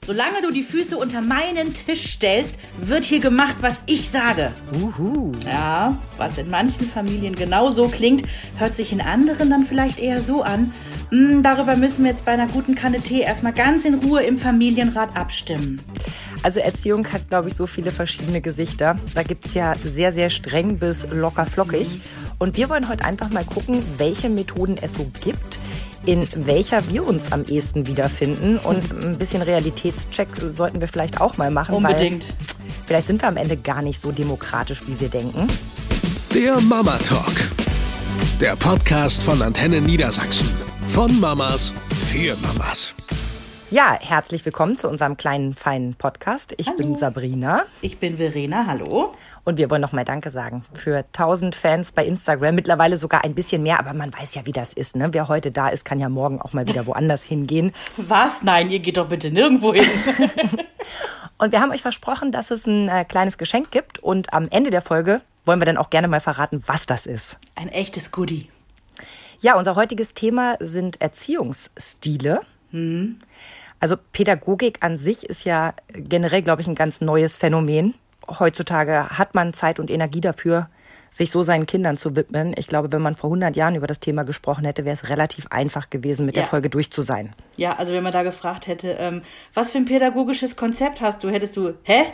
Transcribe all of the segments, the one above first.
Solange du die Füße unter meinen Tisch stellst, wird hier gemacht, was ich sage. Ja, was in manchen Familien genauso klingt, hört sich in anderen dann vielleicht eher so an. Darüber müssen wir jetzt bei einer guten Kanne Tee erstmal ganz in Ruhe im Familienrat abstimmen. Also Erziehung hat, glaube ich, so viele verschiedene Gesichter. Da gibt es ja sehr, sehr streng bis locker flockig. Und wir wollen heute einfach mal gucken, welche Methoden es so gibt, in welcher wir uns am ehesten wiederfinden. Und ein bisschen Realitätscheck sollten wir vielleicht auch mal machen. Unbedingt. Weil vielleicht sind wir am Ende gar nicht so demokratisch, wie wir denken. Der Mama Talk. Der Podcast von Antenne Niedersachsen. Von Mamas für Mamas. Ja, herzlich willkommen zu unserem kleinen, feinen Podcast. Ich bin Sabrina. Ich bin Verena, hallo. Und wir wollen nochmal Danke sagen für 1000 Fans bei Instagram. Mittlerweile sogar ein bisschen mehr, aber man weiß ja, wie das ist. Ne? Wer heute da ist, kann ja morgen auch mal wieder woanders hingehen. Was? Nein, ihr geht doch bitte nirgendwo hin. Und wir haben euch versprochen, dass es ein kleines Geschenk gibt. Und am Ende der Folge wollen wir dann auch gerne mal verraten, was das ist. Ein echtes Goodie. Ja, unser heutiges Thema sind Erziehungsstile. Also Pädagogik an sich ist ja generell, glaube ich, ein ganz neues Phänomen. Heutzutage hat man Zeit und Energie dafür, sich so seinen Kindern zu widmen. Ich glaube, wenn man vor 100 Jahren über das Thema gesprochen hätte, wäre es relativ einfach gewesen, mit der Folge durch zu sein. Ja, also wenn man da gefragt hätte, was für ein pädagogisches Konzept hast du, hättest du, hä?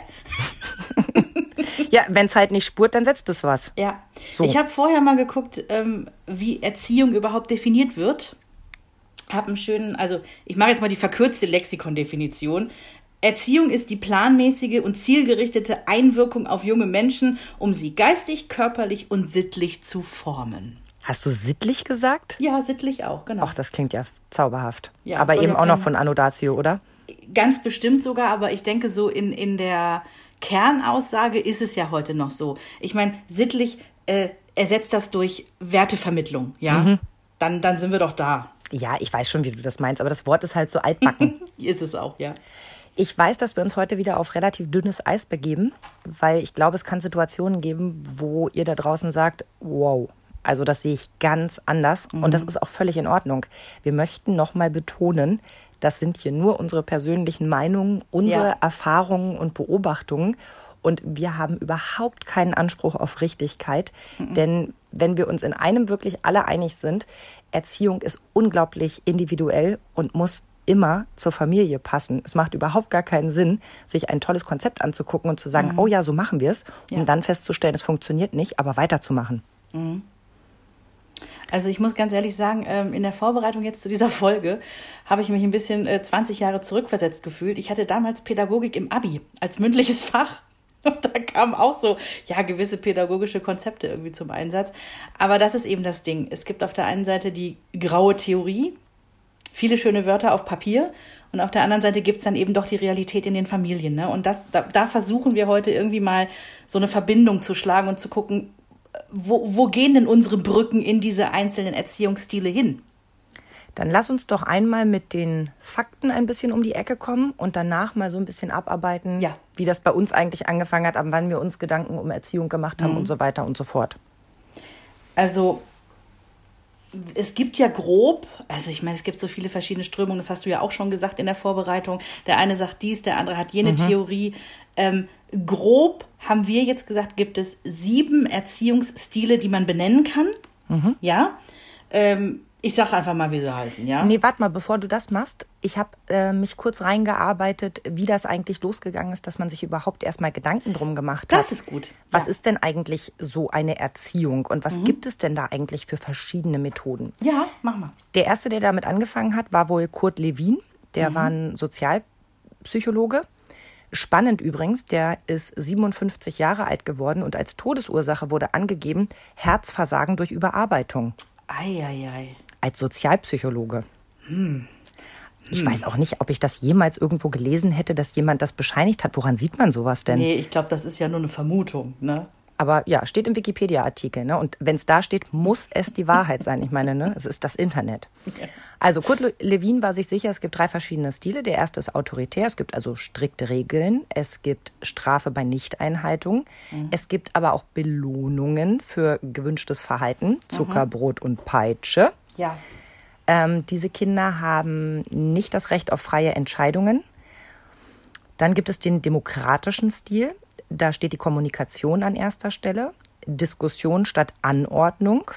Ja, wenn es halt nicht spurt, dann setzt es was. Ja, so. Ich habe vorher mal geguckt, wie Erziehung überhaupt definiert wird. Habe einen schönen, also ich mache jetzt mal die verkürzte Lexikon-Definition. Erziehung ist die planmäßige und zielgerichtete Einwirkung auf junge Menschen, um sie geistig, körperlich und sittlich zu formen. Hast du sittlich gesagt? Ja, sittlich auch, genau. Ach, das klingt ja zauberhaft. Ja, aber eben ja auch noch von Anno Dacio, oder? Ganz bestimmt sogar, aber ich denke so in der Kernaussage ist es ja heute noch so. Ich meine, sittlich ersetzt das durch Wertevermittlung, ja? Dann sind wir doch da. Ja, ich weiß schon, wie du das meinst, aber das Wort ist halt so altbacken. Ist es auch, ja. Ich weiß, dass wir uns heute wieder auf relativ dünnes Eis begeben, weil ich glaube, es kann Situationen geben, wo ihr da draußen sagt, wow, also das sehe ich ganz anders und das ist auch völlig in Ordnung. Wir möchten nochmal betonen, das sind hier nur unsere persönlichen Meinungen, unsere Erfahrungen und Beobachtungen und wir haben überhaupt keinen Anspruch auf Richtigkeit, denn wenn wir uns in einem wirklich alle einig sind, Erziehung ist unglaublich individuell und muss immer zur Familie passen. Es macht überhaupt gar keinen Sinn, sich ein tolles Konzept anzugucken und zu sagen, oh ja, so machen wir es, um dann festzustellen, es funktioniert nicht, aber weiterzumachen. Also ich muss ganz ehrlich sagen, in der Vorbereitung jetzt zu dieser Folge habe ich mich ein bisschen 20 Jahre zurückversetzt gefühlt. Ich hatte damals Pädagogik im Abi als mündliches Fach. Und da kamen auch so, gewisse pädagogische Konzepte irgendwie zum Einsatz. Aber das ist eben das Ding. Es gibt auf der einen Seite die graue Theorie, viele schöne Wörter auf Papier. Und auf der anderen Seite gibt es dann eben doch die Realität in den Familien. Ne? Und da versuchen wir heute irgendwie mal so eine Verbindung zu schlagen und zu gucken, wo gehen denn unsere Brücken in diese einzelnen Erziehungsstile hin? Dann lass uns doch einmal mit den Fakten ein bisschen um die Ecke kommen und danach mal so ein bisschen abarbeiten, wie das bei uns eigentlich angefangen hat, ab wann wir uns Gedanken um Erziehung gemacht haben und so weiter und so fort. Also es gibt ja grob, also ich meine, es gibt so viele verschiedene Strömungen, das hast du ja auch schon gesagt in der Vorbereitung. Der eine sagt dies, der andere hat jene Theorie. Grob haben wir jetzt gesagt, gibt es 7 Erziehungsstile, die man benennen kann. Ja. Ich sag einfach mal, wie sie heißen, ja? Nee, warte mal, bevor du das machst. Ich habe mich kurz reingearbeitet, wie das eigentlich losgegangen ist, dass man sich überhaupt erstmal Gedanken drum gemacht hat. Das ist gut. Was ist denn eigentlich so eine Erziehung und was gibt es denn da eigentlich für verschiedene Methoden? Ja, mach mal. Der erste, der damit angefangen hat, war wohl Kurt Lewin. Der war ein Sozialpsychologe. Spannend übrigens, der ist 57 Jahre alt geworden und als Todesursache wurde angegeben Herzversagen durch Überarbeitung. Ei. Als Sozialpsychologe. Ich weiß auch nicht, ob ich das jemals irgendwo gelesen hätte, dass jemand das bescheinigt hat. Woran sieht man sowas denn? Nee, ich glaube, das ist ja nur eine Vermutung, ne? Aber ja, steht im Wikipedia-Artikel, ne? Und wenn es da steht, muss es die Wahrheit sein. Ich meine, ne? Es ist das Internet. Also Kurt Lewin war sich sicher, es gibt 3 verschiedene Stile. Der erste ist autoritär. Es gibt also strikte Regeln. Es gibt Strafe bei Nichteinhaltung. Es gibt aber auch Belohnungen für gewünschtes Verhalten. Zucker, Brot und Peitsche. Ja. Diese Kinder haben nicht das Recht auf freie Entscheidungen. Dann gibt es den demokratischen Stil. Da steht die Kommunikation an erster Stelle. Diskussion statt Anordnung.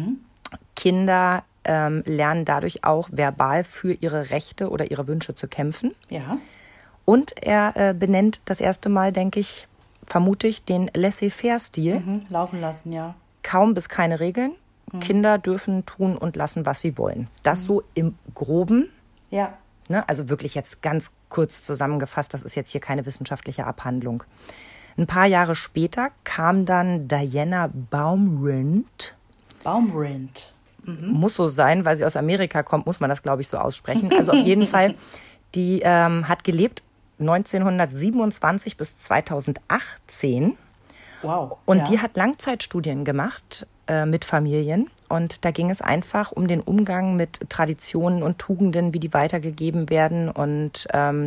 Kinder lernen dadurch auch verbal für ihre Rechte oder ihre Wünsche zu kämpfen. Ja. Und er benennt das erste Mal, denke ich, vermute ich, den Laissez-faire-Stil. Laufen lassen, ja. Kaum bis keine Regeln. Kinder dürfen tun und lassen, was sie wollen. Das so im Groben. Ja. Ne? Also wirklich jetzt ganz kurz zusammengefasst, das ist jetzt hier keine wissenschaftliche Abhandlung. Ein paar Jahre später kam dann Diana Baumrind. Baumrind. Muss so sein, weil sie aus Amerika kommt, muss man das, glaube ich, so aussprechen. Also auf jeden Fall, die hat gelebt 1927 bis 2018. Wow. Und die hat Langzeitstudien gemacht mit Familien. Und da ging es einfach um den Umgang mit Traditionen und Tugenden, wie die weitergegeben werden. Und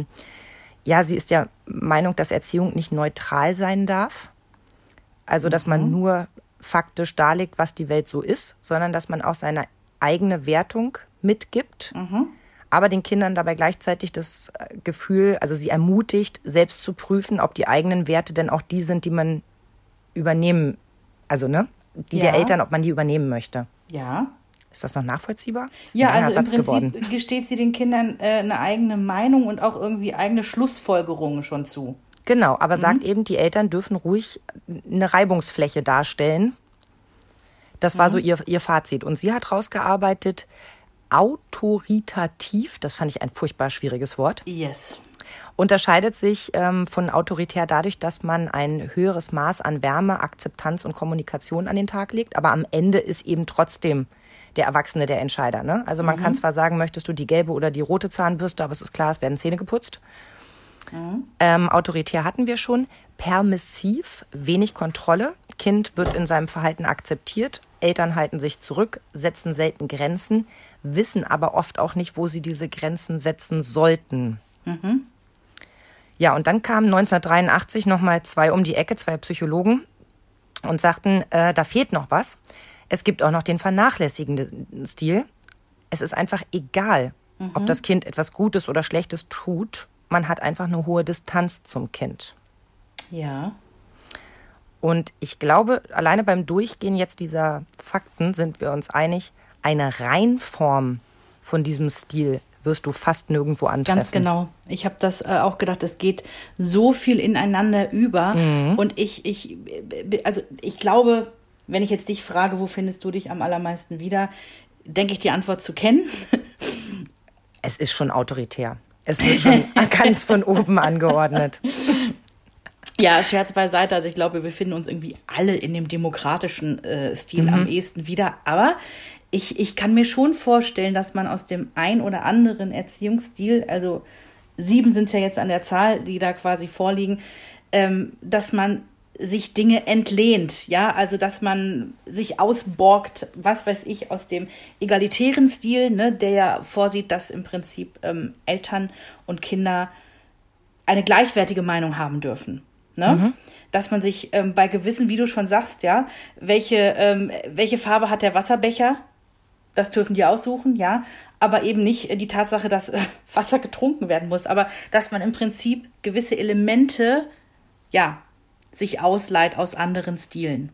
sie ist der Meinung, dass Erziehung nicht neutral sein darf. Also, dass man nur faktisch darlegt, was die Welt so ist, sondern dass man auch seine eigene Wertung mitgibt. Aber den Kindern dabei gleichzeitig das Gefühl, also sie ermutigt, selbst zu prüfen, ob die eigenen Werte denn auch die sind, die man übernehmen, also die der Eltern, ob man die übernehmen möchte. Ja. Ist das noch nachvollziehbar? Ja, also im Prinzip gesteht sie den Kindern eine eigene Meinung und auch irgendwie eigene Schlussfolgerungen schon zu. Genau, aber sagt eben, die Eltern dürfen ruhig eine Reibungsfläche darstellen. Das war so ihr Fazit. Und sie hat rausgearbeitet, autoritativ, das fand ich ein furchtbar schwieriges Wort. Yes. Unterscheidet sich von autoritär dadurch, dass man ein höheres Maß an Wärme, Akzeptanz und Kommunikation an den Tag legt. Aber am Ende ist eben trotzdem der Erwachsene der Entscheider. Ne? Also man kann zwar sagen, möchtest du die gelbe oder die rote Zahnbürste, aber es ist klar, es werden Zähne geputzt. Autoritär hatten wir schon. Permissiv, wenig Kontrolle. Kind wird in seinem Verhalten akzeptiert. Eltern halten sich zurück, setzen selten Grenzen, wissen aber oft auch nicht, wo sie diese Grenzen setzen sollten. Ja, und dann kamen 1983 nochmal zwei Psychologen, und sagten, da fehlt noch was. Es gibt auch noch den vernachlässigenden Stil. Es ist einfach egal, ob das Kind etwas Gutes oder Schlechtes tut. Man hat einfach eine hohe Distanz zum Kind. Ja. Und ich glaube, alleine beim Durchgehen jetzt dieser Fakten sind wir uns einig, eine Reinform von diesem Stil wirst du fast nirgendwo antreffen. Ganz genau. Ich habe das auch gedacht, es geht so viel ineinander über. Und ich glaube, wenn ich jetzt dich frage, wo findest du dich am allermeisten wieder, denke ich, die Antwort zu kennen. Es ist schon autoritär. Es wird schon ganz von oben angeordnet. Ja, Scherz beiseite. Also ich glaube, wir befinden uns irgendwie alle in dem demokratischen Stil am ehesten wieder. Aber ich kann mir schon vorstellen, dass man aus dem ein oder anderen Erziehungsstil, also 7 sind es ja jetzt an der Zahl, die da quasi vorliegen, dass man sich Dinge entlehnt, ja, also dass man sich ausborgt, was weiß ich, aus dem egalitären Stil, ne, der ja vorsieht, dass im Prinzip Eltern und Kinder eine gleichwertige Meinung haben dürfen, ne? Dass man sich bei gewissen, wie du schon sagst, ja, welche Farbe hat der Wasserbecher, das dürfen die aussuchen, ja, aber eben nicht die Tatsache, dass Wasser getrunken werden muss, aber dass man im Prinzip gewisse Elemente, ja, sich ausleiht aus anderen Stilen.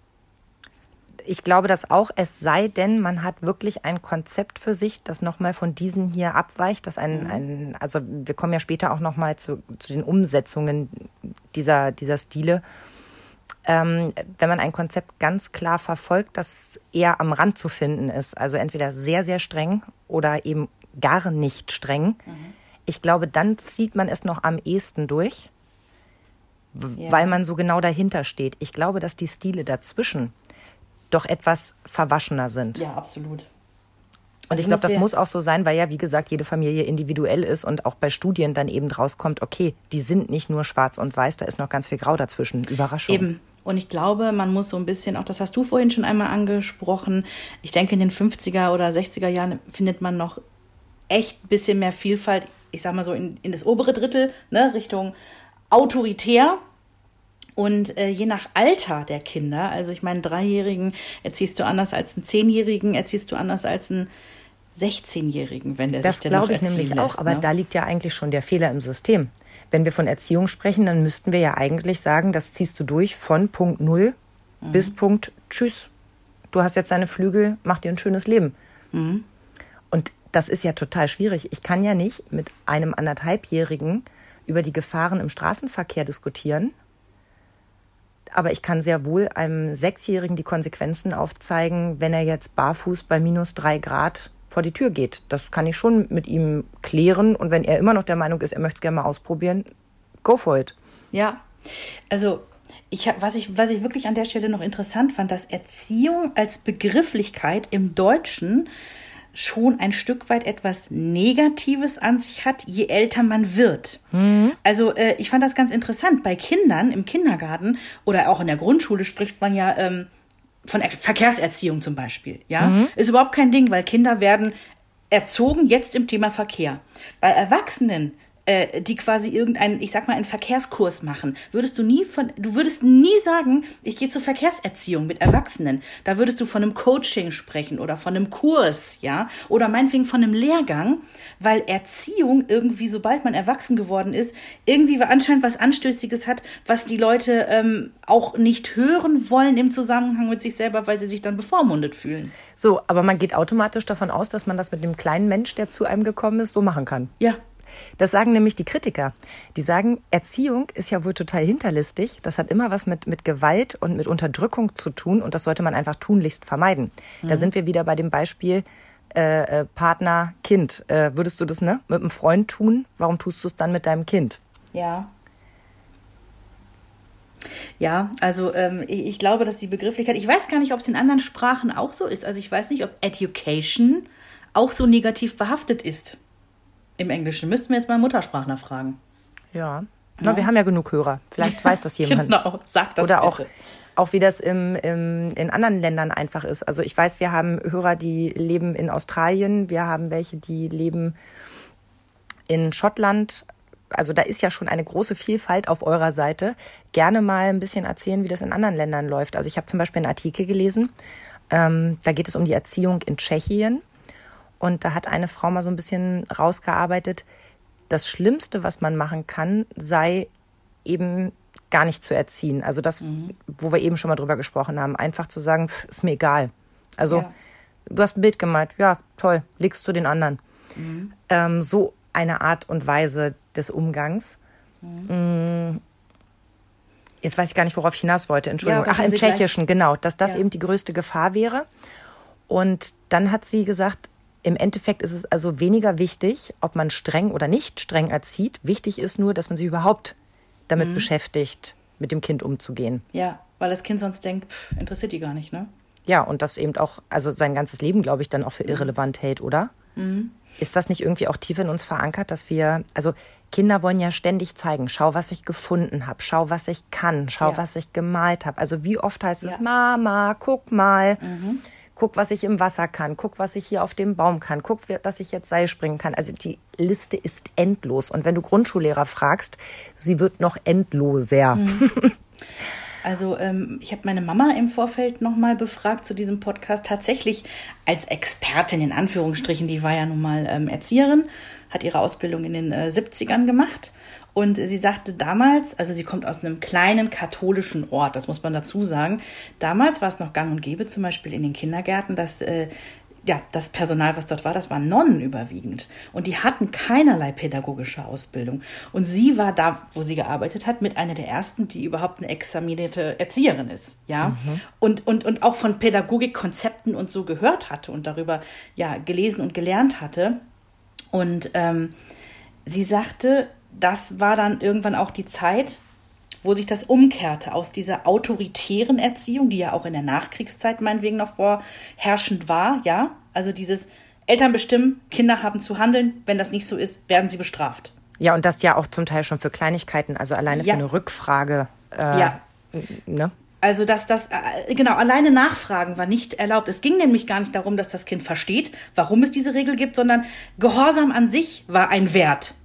Ich glaube das auch, es sei denn, man hat wirklich ein Konzept für sich, das nochmal von diesen hier abweicht. Das also wir kommen ja später auch nochmal zu den Umsetzungen dieser Stile. Wenn man ein Konzept ganz klar verfolgt, das eher am Rand zu finden ist, also entweder sehr, sehr streng oder eben gar nicht streng, ich glaube, dann zieht man es noch am ehesten durch. Weil man so genau dahinter steht. Ich glaube, dass die Stile dazwischen doch etwas verwaschener sind. Ja, absolut. Und ich glaube, das muss auch so sein, weil ja, wie gesagt, jede Familie individuell ist und auch bei Studien dann eben rauskommt, okay, die sind nicht nur schwarz und weiß, da ist noch ganz viel Grau dazwischen. Überraschung. Eben. Und ich glaube, man muss so ein bisschen, auch das hast du vorhin schon einmal angesprochen, ich denke, in den 50er oder 60er Jahren findet man noch echt ein bisschen mehr Vielfalt, ich sag mal so in das obere Drittel, ne, Richtung autoritär. Und je nach Alter der Kinder, also ich meine, 3-Jährigen erziehst du anders als einen 10-Jährigen, erziehst du anders als einen 16-Jährigen, wenn der sich denn noch erziehen lässt. Das glaube ich nämlich auch, aber da liegt ja eigentlich schon der Fehler im System. wenn wir von Erziehung sprechen, dann müssten wir ja eigentlich sagen, das ziehst du durch von Punkt 0 bis Punkt Tschüss. Du hast jetzt deine Flügel, mach dir ein schönes Leben. Und das ist ja total schwierig. Ich kann ja nicht mit einem 1,5-Jährigen über die Gefahren im Straßenverkehr diskutieren, aber ich kann sehr wohl einem 6-Jährigen die Konsequenzen aufzeigen, wenn er jetzt barfuß bei -3 Grad vor die Tür geht. Das kann ich schon mit ihm klären. Und wenn er immer noch der Meinung ist, er möchte es gerne mal ausprobieren, go for it. Ja, also was ich wirklich an der Stelle noch interessant fand, dass Erziehung als Begrifflichkeit im Deutschen schon ein Stück weit etwas Negatives an sich hat, je älter man wird. Also ich fand das ganz interessant. Bei Kindern im Kindergarten oder auch in der Grundschule spricht man ja von Verkehrserziehung zum Beispiel. Ja? Ist überhaupt kein Ding, weil Kinder werden erzogen jetzt im Thema Verkehr. Bei Erwachsenen, die quasi einen Verkehrskurs machen, du würdest nie sagen, ich gehe zur Verkehrserziehung mit Erwachsenen. Da würdest du von einem Coaching sprechen oder von einem Kurs, ja, oder meinetwegen von einem Lehrgang, weil Erziehung irgendwie, sobald man erwachsen geworden ist, irgendwie anscheinend was Anstößiges hat, was die Leute auch nicht hören wollen im Zusammenhang mit sich selber, weil sie sich dann bevormundet fühlen. So, aber man geht automatisch davon aus, dass man das mit dem kleinen Mensch, der zu einem gekommen ist, so machen kann. Ja. Das sagen nämlich die Kritiker. Die sagen, Erziehung ist ja wohl total hinterlistig. Das hat immer was mit Gewalt und mit Unterdrückung zu tun. Und das sollte man einfach tunlichst vermeiden. Da sind wir wieder bei dem Beispiel Partner, Kind. Würdest du das mit einem Freund tun? Warum tust du es dann mit deinem Kind? Ja. Ja, also ich glaube, dass die Begrifflichkeit, ich weiß gar nicht, ob es in anderen Sprachen auch so ist. Also ich weiß nicht, ob Education auch so negativ behaftet ist. Im Englischen. Müssten wir jetzt mal einen Muttersprachler fragen. Ja. Na, wir haben ja genug Hörer. Vielleicht weiß das jemand. Genau, sag das oder bitte. Auch wie das in anderen Ländern einfach ist. Also ich weiß, wir haben Hörer, die leben in Australien. Wir haben welche, die leben in Schottland. Also da ist ja schon eine große Vielfalt auf eurer Seite. Gerne mal ein bisschen erzählen, wie das in anderen Ländern läuft. Also ich habe zum Beispiel einen Artikel gelesen. Da geht es um die Erziehung in Tschechien. Und da hat eine Frau mal so ein bisschen rausgearbeitet, das Schlimmste, was man machen kann, sei eben gar nicht zu erziehen. Also das, wo wir eben schon mal drüber gesprochen haben, einfach zu sagen, ist mir egal. Also du hast ein Bild gemalt, ja, toll, legst zu den anderen. So eine Art und Weise des Umgangs. Jetzt weiß ich gar nicht, worauf ich hinaus wollte, Entschuldigung. Ja, im Tschechischen, genau, dass das eben die größte Gefahr wäre. Und dann hat sie gesagt, im Endeffekt ist es also weniger wichtig, ob man streng oder nicht streng erzieht. Wichtig ist nur, dass man sich überhaupt damit beschäftigt, mit dem Kind umzugehen. Ja, weil das Kind sonst denkt, interessiert die gar nicht, ne? Ja, und das eben auch, also sein ganzes Leben, glaube ich, dann auch für irrelevant hält, oder? Ist das nicht irgendwie auch tief in uns verankert, dass wir, also Kinder wollen ja ständig zeigen, schau, was ich gefunden habe, schau, was ich kann, schau, was ich gemalt habe. Also wie oft heißt es, Mama, guck mal. Guck, was ich im Wasser kann. Guck, was ich hier auf dem Baum kann. Guck, dass ich jetzt Seil springen kann. Also die Liste ist endlos. Und wenn du Grundschullehrer fragst, sie wird noch endloser. Also ich habe meine Mama im Vorfeld nochmal befragt zu diesem Podcast. Tatsächlich als Expertin in Anführungsstrichen. Die war ja nun mal Erzieherin, hat ihre Ausbildung in den 70ern gemacht. Und sie sagte damals, also sie kommt aus einem kleinen katholischen Ort, das muss man dazu sagen. Damals war es noch gang und gäbe, zum Beispiel in den Kindergärten, dass das Personal, was dort war, das waren Nonnen überwiegend. Und die hatten keinerlei pädagogische Ausbildung. Und sie war da, wo sie gearbeitet hat, mit einer der ersten, die überhaupt eine examinierte Erzieherin ist. Ja? Und auch von Pädagogikkonzepten und so gehört hatte und darüber gelesen und gelernt hatte. Und sie sagte, das war dann irgendwann auch die Zeit, wo sich das umkehrte aus dieser autoritären Erziehung, die ja auch in der Nachkriegszeit meinetwegen noch vorherrschend war, ja, also dieses Eltern bestimmen, Kinder haben zu handeln, wenn das nicht so ist, werden sie bestraft. Ja, und das ja auch zum Teil schon für Kleinigkeiten, also alleine für eine Rückfrage. Ne? Also genau, alleine Nachfragen war nicht erlaubt. Es ging nämlich gar nicht darum, dass das Kind versteht, warum es diese Regel gibt, sondern Gehorsam an sich war ein Wert.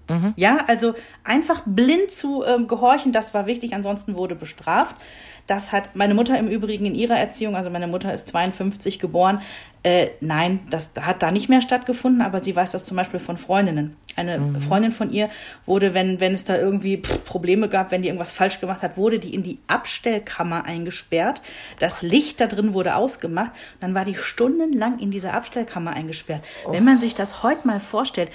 Ja, also einfach blind zu gehorchen, das war wichtig, ansonsten wurde bestraft. Das hat meine Mutter im Übrigen in ihrer Erziehung, also meine Mutter ist 52 geboren, nein, das hat da nicht mehr stattgefunden, aber sie weiß das zum Beispiel von Freundinnen. Eine Freundin von ihr wurde, wenn es da irgendwie Probleme gab, wenn die irgendwas falsch gemacht hat, wurde die in die Abstellkammer eingesperrt. Das Licht da drin wurde ausgemacht. Dann war die stundenlang in dieser Abstellkammer eingesperrt. Wenn man sich das heute mal vorstellt,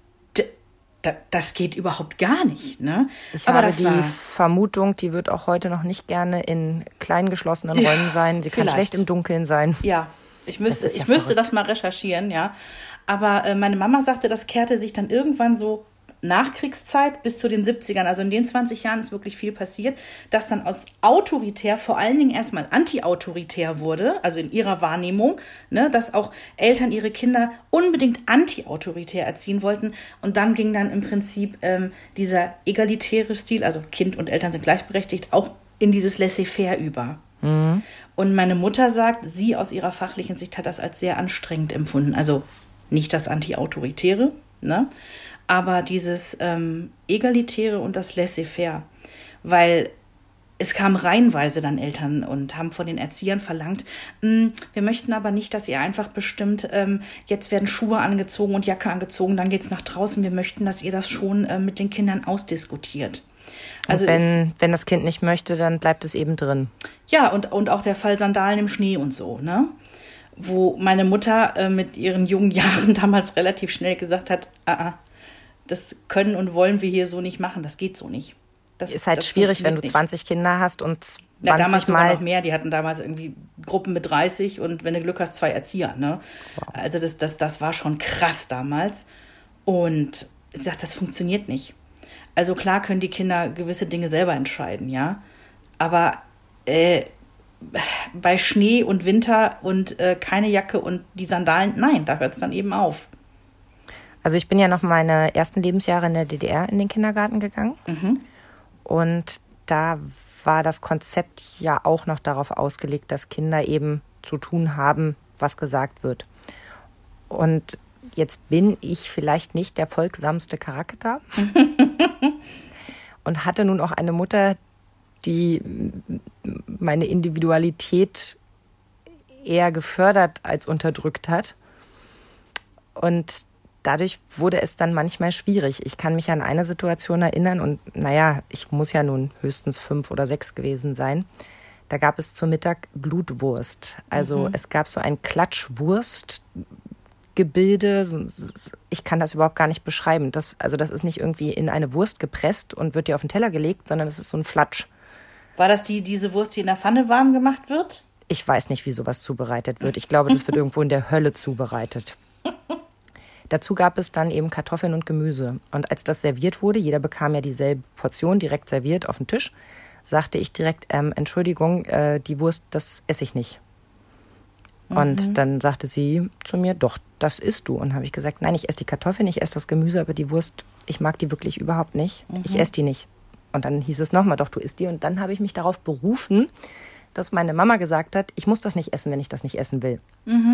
das geht überhaupt gar nicht. Ne? Ich habe die Vermutung, die wird auch heute noch nicht gerne in klein geschlossenen Räumen sein. Sie kann schlecht im Dunkeln sein. Ja, ich müsste das mal recherchieren, ja. Aber meine Mama sagte, das kehrte sich dann irgendwann so Nachkriegszeit bis zu den 70ern, also in den 20 Jahren ist wirklich viel passiert, dass dann aus autoritär vor allen Dingen erstmal anti-autoritär wurde, also in ihrer Wahrnehmung, ne, dass auch Eltern ihre Kinder unbedingt anti-autoritär erziehen wollten und dann ging dann im Prinzip dieser egalitäre Stil, also Kind und Eltern sind gleichberechtigt, auch in dieses Laissez-faire über. Mhm. Und meine Mutter sagt, sie aus ihrer fachlichen Sicht hat das als sehr anstrengend empfunden, also nicht das Anti-Autoritäre, ne? Aber dieses Egalitäre und das Laissez-faire, weil es kamen reihenweise dann Eltern und haben von den Erziehern verlangt, wir möchten aber nicht, dass ihr einfach bestimmt, jetzt werden Schuhe angezogen und Jacke angezogen, dann geht's nach draußen, wir möchten, dass ihr das schon mit den Kindern ausdiskutiert. Also wenn das Kind nicht möchte, dann bleibt es eben drin. Ja, und auch der Fall Sandalen im Schnee und so, ne? Wo meine Mutter mit ihren jungen Jahren damals relativ schnell gesagt hat, das können und wollen wir hier so nicht machen, das geht so nicht. Das ist halt schwierig, wenn du 20 Kinder hast und 20 damals sogar noch mehr, die hatten damals irgendwie Gruppen mit 30 und wenn du Glück hast, 2 Erzieher, ne? Wow. Also das war schon krass damals und ich sag, das funktioniert nicht. Also klar können die Kinder gewisse Dinge selber entscheiden, ja, aber bei Schnee und Winter und keine Jacke und die Sandalen, nein, da hört es dann eben auf. Also ich bin ja noch meine ersten Lebensjahre in der DDR in den Kindergarten gegangen. Mhm. Und da war das Konzept ja auch noch darauf ausgelegt, dass Kinder eben zu tun haben, was gesagt wird. Und jetzt bin ich vielleicht nicht der folgsamste Charakter und hatte nun auch eine Mutter, die meine Individualität eher gefördert als unterdrückt hat. Und dadurch wurde es dann manchmal schwierig. Ich kann mich an eine Situation erinnern und ich muss ja nun höchstens 5 oder 6 gewesen sein. Da gab es zu Mittag Blutwurst. Also es gab so ein Klatschwurstgebilde. Ich kann das überhaupt gar nicht beschreiben. Das ist nicht irgendwie in eine Wurst gepresst und wird dir auf den Teller gelegt, sondern es ist so ein Flatsch. War das diese Wurst, die in der Pfanne warm gemacht wird? Ich weiß nicht, wie sowas zubereitet wird. Ich glaube, das wird irgendwo in der Hölle zubereitet. Dazu gab es dann eben Kartoffeln und Gemüse. Und als das serviert wurde, jeder bekam ja dieselbe Portion direkt serviert auf den Tisch, sagte ich direkt, Entschuldigung, die Wurst, das esse ich nicht. Und dann sagte sie zu mir, doch, das isst du. Und habe ich gesagt, nein, ich esse die Kartoffeln, ich esse das Gemüse, aber die Wurst, ich mag die wirklich überhaupt nicht. Ich esse die nicht. Und dann hieß es nochmal, doch, du isst die. Und dann habe ich mich darauf berufen, dass meine Mama gesagt hat, ich muss das nicht essen, wenn ich das nicht essen will.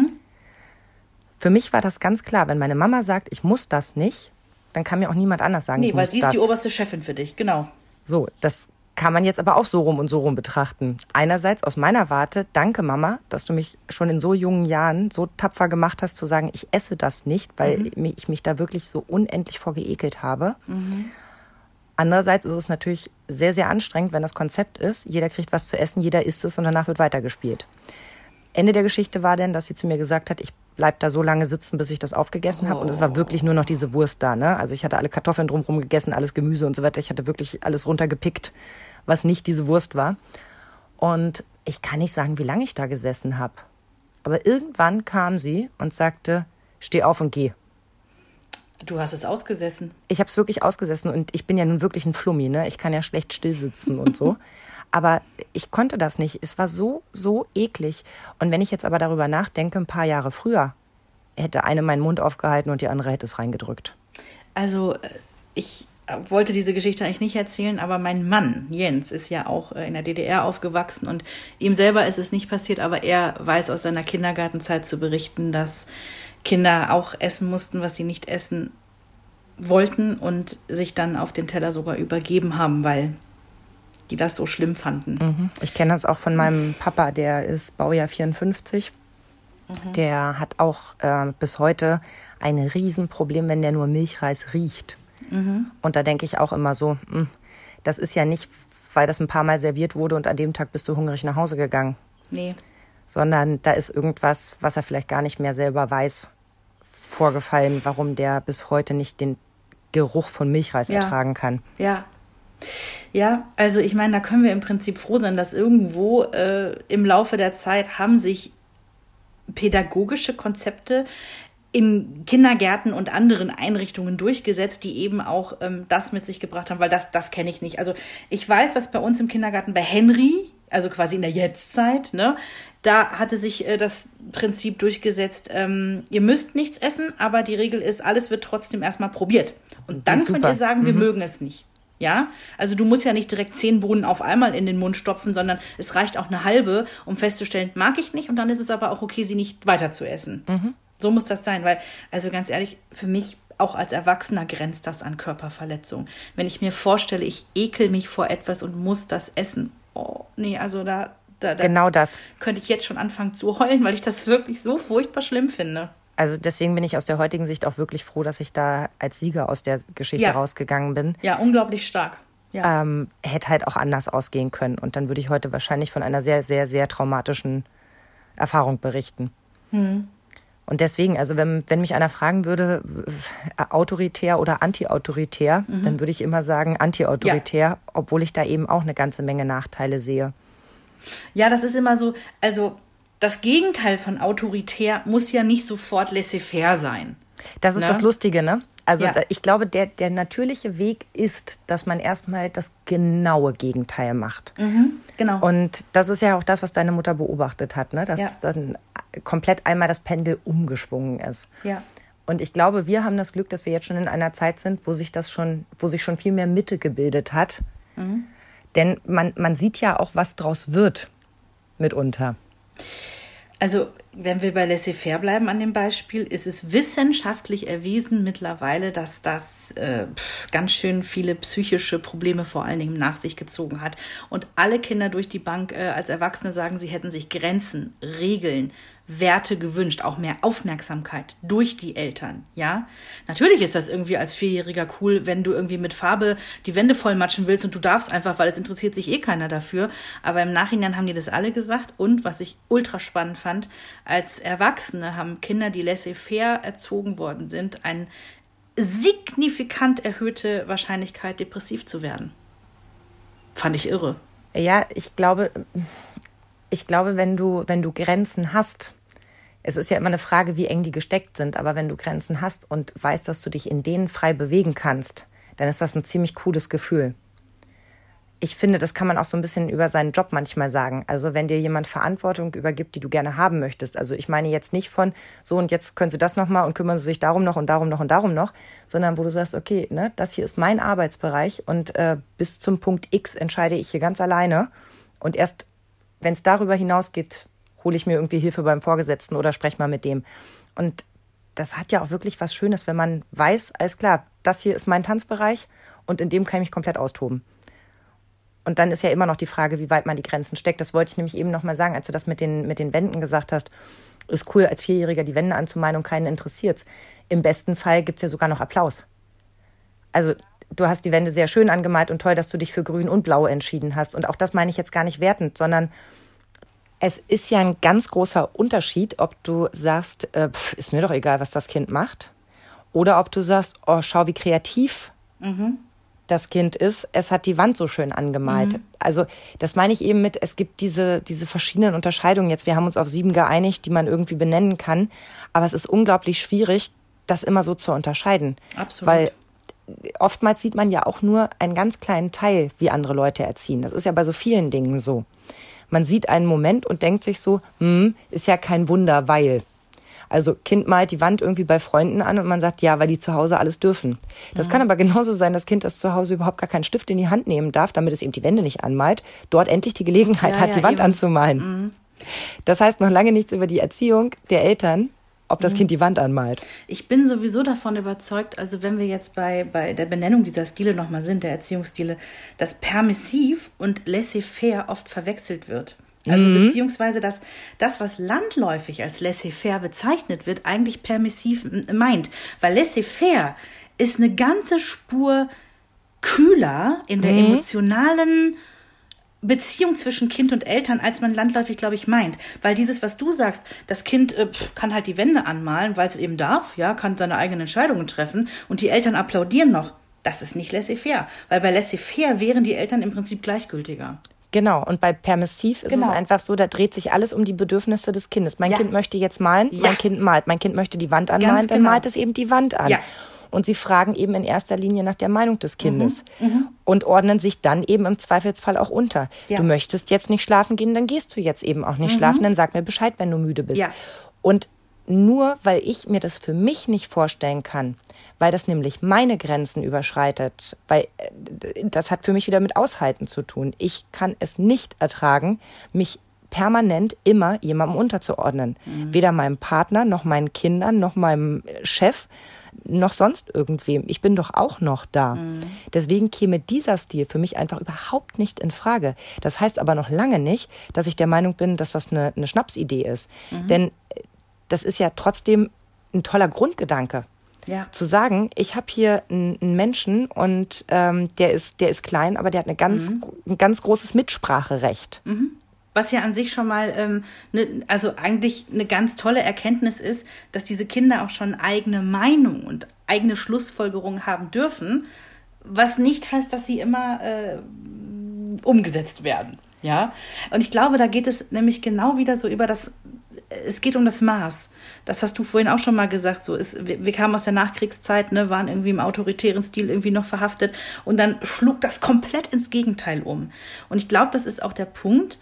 Für mich war das ganz klar, wenn meine Mama sagt, ich muss das nicht, dann kann mir auch niemand anders sagen, ich muss das. Nee, weil sie ist die oberste Chefin für dich, genau. So, das kann man jetzt aber auch so rum und so rum betrachten. Einerseits aus meiner Warte, danke Mama, dass du mich schon in so jungen Jahren so tapfer gemacht hast, zu sagen, ich esse das nicht, weil ich mich da wirklich so unendlich vor geekelt habe. Andererseits ist es natürlich sehr, sehr anstrengend, wenn das Konzept ist, jeder kriegt was zu essen, jeder isst es und danach wird weitergespielt. Ende der Geschichte war dann, dass sie zu mir gesagt hat, ich bleib da so lange sitzen, bis ich das aufgegessen habe. Und es war wirklich nur noch diese Wurst da, ne? Also ich hatte alle Kartoffeln drumherum gegessen, alles Gemüse und so weiter. Ich hatte wirklich alles runtergepickt, was nicht diese Wurst war. Und ich kann nicht sagen, wie lange ich da gesessen habe. Aber irgendwann kam sie und sagte, steh auf und geh. Du hast es ausgesessen. Ich habe es wirklich ausgesessen und ich bin ja nun wirklich ein Flummi, ne? Ich kann ja schlecht stillsitzen und so. Aber ich konnte das nicht. Es war so, so eklig. Und wenn ich jetzt aber darüber nachdenke, ein paar Jahre früher, hätte eine meinen Mund aufgehalten und die andere hätte es reingedrückt. Also ich wollte diese Geschichte eigentlich nicht erzählen, aber mein Mann, Jens, ist ja auch in der DDR aufgewachsen und ihm selber ist es nicht passiert, aber er weiß aus seiner Kindergartenzeit zu berichten, dass Kinder auch essen mussten, was sie nicht essen wollten und sich dann auf den Teller sogar übergeben haben, weil die das so schlimm fanden. Ich kenne das auch von meinem Papa, der ist Baujahr 54. Der hat auch bis heute ein Riesenproblem, wenn der nur Milchreis riecht. Und da denke ich auch immer so, das ist ja nicht, weil das ein paar Mal serviert wurde und an dem Tag bist du hungrig nach Hause gegangen. Nee. Sondern da ist irgendwas, was er vielleicht gar nicht mehr selber weiß, vorgefallen, warum der bis heute nicht den Geruch von Milchreis ertragen kann. Ja, also ich meine, da können wir im Prinzip froh sein, dass irgendwo im Laufe der Zeit haben sich pädagogische Konzepte in Kindergärten und anderen Einrichtungen durchgesetzt, die eben auch das mit sich gebracht haben, weil das kenne ich nicht. Also ich weiß, dass bei uns im Kindergarten bei Henry, also quasi in der Jetztzeit, ne, da hatte sich das Prinzip durchgesetzt, ihr müsst nichts essen, aber die Regel ist, alles wird trotzdem erstmal probiert. Und dann könnt ihr sagen, wir mögen es nicht. Ja, also du musst ja nicht direkt 10 Bohnen auf einmal in den Mund stopfen, sondern es reicht auch eine halbe, um festzustellen, mag ich nicht, und dann ist es aber auch okay, sie nicht weiter zu essen. So muss das sein, weil, also ganz ehrlich, für mich auch als Erwachsener grenzt das an Körperverletzung. Wenn ich mir vorstelle, ich ekel mich vor etwas und muss das essen. Oh, nee, also da genau das könnte ich jetzt schon anfangen zu heulen, weil ich das wirklich so furchtbar schlimm finde. Also deswegen bin ich aus der heutigen Sicht auch wirklich froh, dass ich da als Sieger aus der Geschichte rausgegangen bin. Ja, unglaublich stark. Ja. Hätte halt auch anders ausgehen können. Und dann würde ich heute wahrscheinlich von einer sehr, sehr, sehr traumatischen Erfahrung berichten. Und deswegen, also wenn mich einer fragen würde, autoritär oder anti-autoritär, dann würde ich immer sagen anti-autoritär, obwohl ich da eben auch eine ganze Menge Nachteile sehe. Ja, das ist immer so, also das Gegenteil von autoritär muss ja nicht sofort laissez-faire sein. Das ist das Lustige, ne? Also ich glaube, der natürliche Weg ist, dass man erstmal das genaue Gegenteil macht. Genau. Und das ist ja auch das, was deine Mutter beobachtet hat, ne? Dass dann komplett einmal das Pendel umgeschwungen ist. Ja. Und ich glaube, wir haben das Glück, dass wir jetzt schon in einer Zeit sind, wo sich schon viel mehr Mitte gebildet hat. Denn man sieht ja auch, was draus wird mitunter. Also, wenn wir bei laissez-faire bleiben an dem Beispiel, ist es wissenschaftlich erwiesen mittlerweile, dass das ganz schön viele psychische Probleme vor allen Dingen nach sich gezogen hat. Und alle Kinder durch die Bank als Erwachsene sagen, sie hätten sich Grenzen, Regeln, Werte gewünscht, auch mehr Aufmerksamkeit durch die Eltern, ja. Natürlich ist das irgendwie als Vierjähriger cool, wenn du irgendwie mit Farbe die Wände vollmatschen willst und du darfst einfach, weil es interessiert sich eh keiner dafür. Aber im Nachhinein haben die das alle gesagt. Und was ich ultra spannend fand, als Erwachsene haben Kinder, die laissez-faire erzogen worden sind, eine signifikant erhöhte Wahrscheinlichkeit, depressiv zu werden. Fand ich irre. Ja, ich glaube, wenn du Grenzen hast, es ist ja immer eine Frage, wie eng die gesteckt sind, aber wenn du Grenzen hast und weißt, dass du dich in denen frei bewegen kannst, dann ist das ein ziemlich cooles Gefühl. Ich finde, das kann man auch so ein bisschen über seinen Job manchmal sagen. Also wenn dir jemand Verantwortung übergibt, die du gerne haben möchtest. Also ich meine jetzt nicht von so und jetzt können Sie das nochmal und kümmern Sie sich darum noch und darum noch und darum noch, sondern wo du sagst, okay, ne, das hier ist mein Arbeitsbereich und bis zum Punkt X entscheide ich hier ganz alleine. Und erst, wenn es darüber hinausgeht, hole ich mir irgendwie Hilfe beim Vorgesetzten oder spreche mal mit dem. Und das hat ja auch wirklich was Schönes, wenn man weiß, alles klar, das hier ist mein Tanzbereich und in dem kann ich mich komplett austoben. Und dann ist ja immer noch die Frage, wie weit man die Grenzen steckt. Das wollte ich nämlich eben noch mal sagen, als du das mit den Wänden gesagt hast. Ist cool, als Vierjähriger die Wände anzumalen und keinen interessiert's. Im besten Fall gibt's ja sogar noch Applaus. Also du hast die Wände sehr schön angemalt und toll, dass du dich für Grün und Blau entschieden hast. Und auch das meine ich jetzt gar nicht wertend, sondern es ist ja ein ganz großer Unterschied, ob du sagst, ist mir doch egal, was das Kind macht. Oder ob du sagst, oh, schau, wie kreativ das Kind ist. Es hat die Wand so schön angemalt. Also das meine ich eben mit, es gibt diese verschiedenen Unterscheidungen jetzt. Wir haben uns auf 7 geeinigt, die man irgendwie benennen kann. Aber es ist unglaublich schwierig, das immer so zu unterscheiden. Absolut. Weil oftmals sieht man ja auch nur einen ganz kleinen Teil, wie andere Leute erziehen. Das ist ja bei so vielen Dingen so. Man sieht einen Moment und denkt sich so, ist ja kein Wunder, weil. Also Kind malt die Wand irgendwie bei Freunden an und man sagt, ja, weil die zu Hause alles dürfen. Das kann aber genauso sein, dass Kind das zu Hause überhaupt gar keinen Stift in die Hand nehmen darf, damit es eben die Wände nicht anmalt, dort endlich die Gelegenheit hat, die Wand anzumalen. Das heißt noch lange nichts über die Erziehung der Eltern, ob das Kind die Wand anmalt. Ich bin sowieso davon überzeugt, also wenn wir jetzt bei der Benennung dieser Stile nochmal sind, der Erziehungsstile, dass permissiv und laissez-faire oft verwechselt wird. Also beziehungsweise, dass das, was landläufig als laissez-faire bezeichnet wird, eigentlich permissiv meint. Weil laissez-faire ist eine ganze Spur kühler in der emotionalen Beziehung zwischen Kind und Eltern, als man landläufig, glaube ich, meint. Weil dieses, was du sagst, das Kind kann halt die Wände anmalen, weil es eben darf, ja, kann seine eigenen Entscheidungen treffen und die Eltern applaudieren noch. Das ist nicht laissez-faire. Weil bei laissez-faire wären die Eltern im Prinzip gleichgültiger. Genau, und bei permissiv ist es einfach so, da dreht sich alles um die Bedürfnisse des Kindes. Mein Kind möchte jetzt malen, mein Kind malt. Mein Kind möchte die Wand anmalen, dann malt es eben die Wand an. Ja. Und sie fragen eben in erster Linie nach der Meinung des Kindes und ordnen sich dann eben im Zweifelsfall auch unter. Ja. Du möchtest jetzt nicht schlafen gehen, dann gehst du jetzt eben auch nicht schlafen, dann sag mir Bescheid, wenn du müde bist. Ja. Und nur weil ich mir das für mich nicht vorstellen kann, weil das nämlich meine Grenzen überschreitet, weil das hat für mich wieder mit Aushalten zu tun. Ich kann es nicht ertragen, mich permanent immer jemandem unterzuordnen. Weder meinem Partner, noch meinen Kindern, noch meinem Chef, noch sonst irgendwem. Ich bin doch auch noch da. Deswegen käme dieser Stil für mich einfach überhaupt nicht in Frage. Das heißt aber noch lange nicht, dass ich der Meinung bin, dass das eine Schnapsidee ist. Denn das ist ja trotzdem ein toller Grundgedanke. Ja. Zu sagen, ich habe hier einen Menschen und der ist klein, aber der hat ein ganz großes Mitspracherecht. Was ja an sich schon mal, also eigentlich eine ganz tolle Erkenntnis ist, dass diese Kinder auch schon eigene Meinung und eigene Schlussfolgerungen haben dürfen, was nicht heißt, dass sie immer umgesetzt werden. Ja? Und ich glaube, da geht es nämlich genau wieder so es geht um das Maß. Das hast du vorhin auch schon mal gesagt. So wir kamen aus der Nachkriegszeit, ne, waren irgendwie im autoritären Stil irgendwie noch verhaftet und dann schlug das komplett ins Gegenteil um. Und ich glaube, das ist auch der Punkt,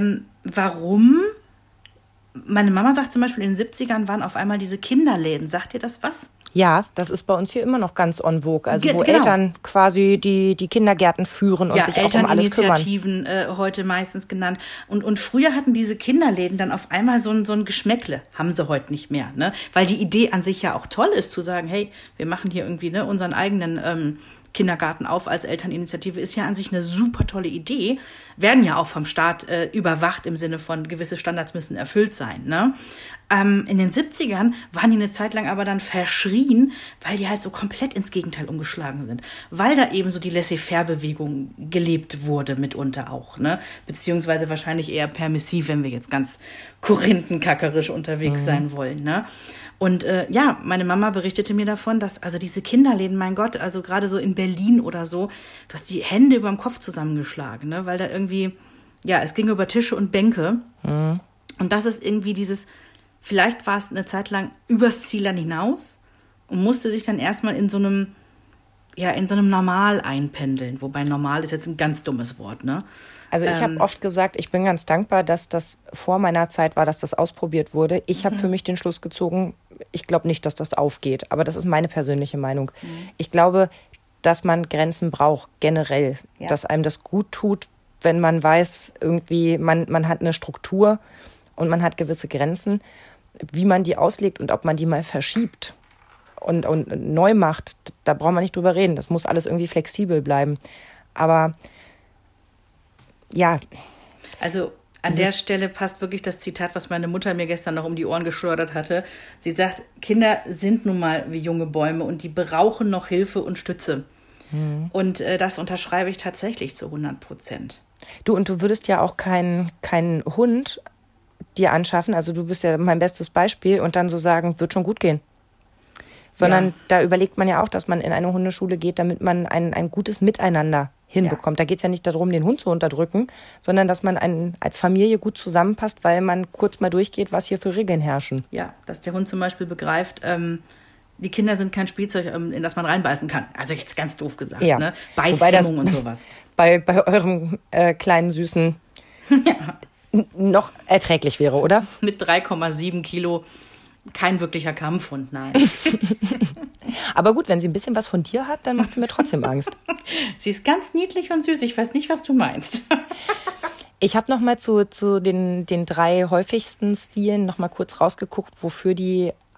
warum, meine Mama sagt zum Beispiel, in den 70ern waren auf einmal diese Kinderläden. Sagt dir das was? Ja, das ist bei uns hier immer noch ganz en vogue. Also wo Eltern quasi die Kindergärten führen und sich auch um alles kümmern. Elterninitiativen heute meistens genannt. Und früher hatten diese Kinderläden dann auf einmal so ein Geschmäckle. Haben sie heute nicht mehr. Ne? Weil die Idee an sich ja auch toll ist, zu sagen, hey, wir machen hier irgendwie unseren eigenen Kindergarten auf als Elterninitiative, ist ja an sich eine super tolle Idee, werden ja auch vom Staat überwacht im Sinne von gewisse Standards müssen erfüllt sein. Ne? In den 70ern waren die eine Zeit lang aber dann verschrien, weil die halt so komplett ins Gegenteil umgeschlagen sind. Weil da eben so die Laissez-faire-Bewegung gelebt wurde mitunter auch. Ne? Beziehungsweise wahrscheinlich eher permissiv, wenn wir jetzt ganz korinthenkackerisch unterwegs sein wollen. Ne? Und meine Mama berichtete mir davon, dass also diese Kinderläden, mein Gott, also gerade so in Berlin oder so, du hast die Hände über dem Kopf zusammengeschlagen, ne? Weil da irgendwie, es ging über Tische und Bänke. Und das ist irgendwie vielleicht war es eine Zeit lang übers Ziel dann hinaus und musste sich dann erstmal in so einem Normal einpendeln. Wobei normal ist jetzt ein ganz dummes Wort, ne? Also ich habe oft gesagt, ich bin ganz dankbar, dass das vor meiner Zeit war, dass das ausprobiert wurde. Ich habe für mich den Schluss gezogen, ich glaube nicht, dass das aufgeht. Aber das ist meine persönliche Meinung. Ich glaube, dass man Grenzen braucht, generell. Ja. Dass einem das gut tut, wenn man weiß, irgendwie, man hat eine Struktur und man hat gewisse Grenzen. Wie man die auslegt und ob man die mal verschiebt und neu macht, da braucht man nicht drüber reden. Das muss alles irgendwie flexibel bleiben. Aber ja. Also an der Stelle passt wirklich das Zitat, was meine Mutter mir gestern noch um die Ohren geschleudert hatte. Sie sagt, Kinder sind nun mal wie junge Bäume und die brauchen noch Hilfe und Stütze. Und das unterschreibe ich tatsächlich zu 100%. Und du würdest ja auch keinen Hund dir anschaffen, also du bist ja mein bestes Beispiel und dann so sagen, wird schon gut gehen. Sondern da überlegt man ja auch, dass man in eine Hundeschule geht, damit man ein gutes Miteinander hinbekommt. Ja. Da geht es ja nicht darum, den Hund zu unterdrücken, sondern dass man als Familie gut zusammenpasst, weil man kurz mal durchgeht, was hier für Regeln herrschen. Ja, dass der Hund zum Beispiel begreift, die Kinder sind kein Spielzeug, in das man reinbeißen kann. Also jetzt ganz doof gesagt, ne? Beißhemmung und sowas. Bei eurem kleinen Süßen noch erträglich wäre, oder? Mit 3,7 Kilo kein wirklicher Kampfhund, nein. Aber gut, wenn sie ein bisschen was von dir hat, dann macht sie mir trotzdem Angst. Sie ist ganz niedlich und süß. Ich weiß nicht, was du meinst. Ich habe noch mal zu den 3 häufigsten Stilen noch mal kurz rausgeguckt, wofür die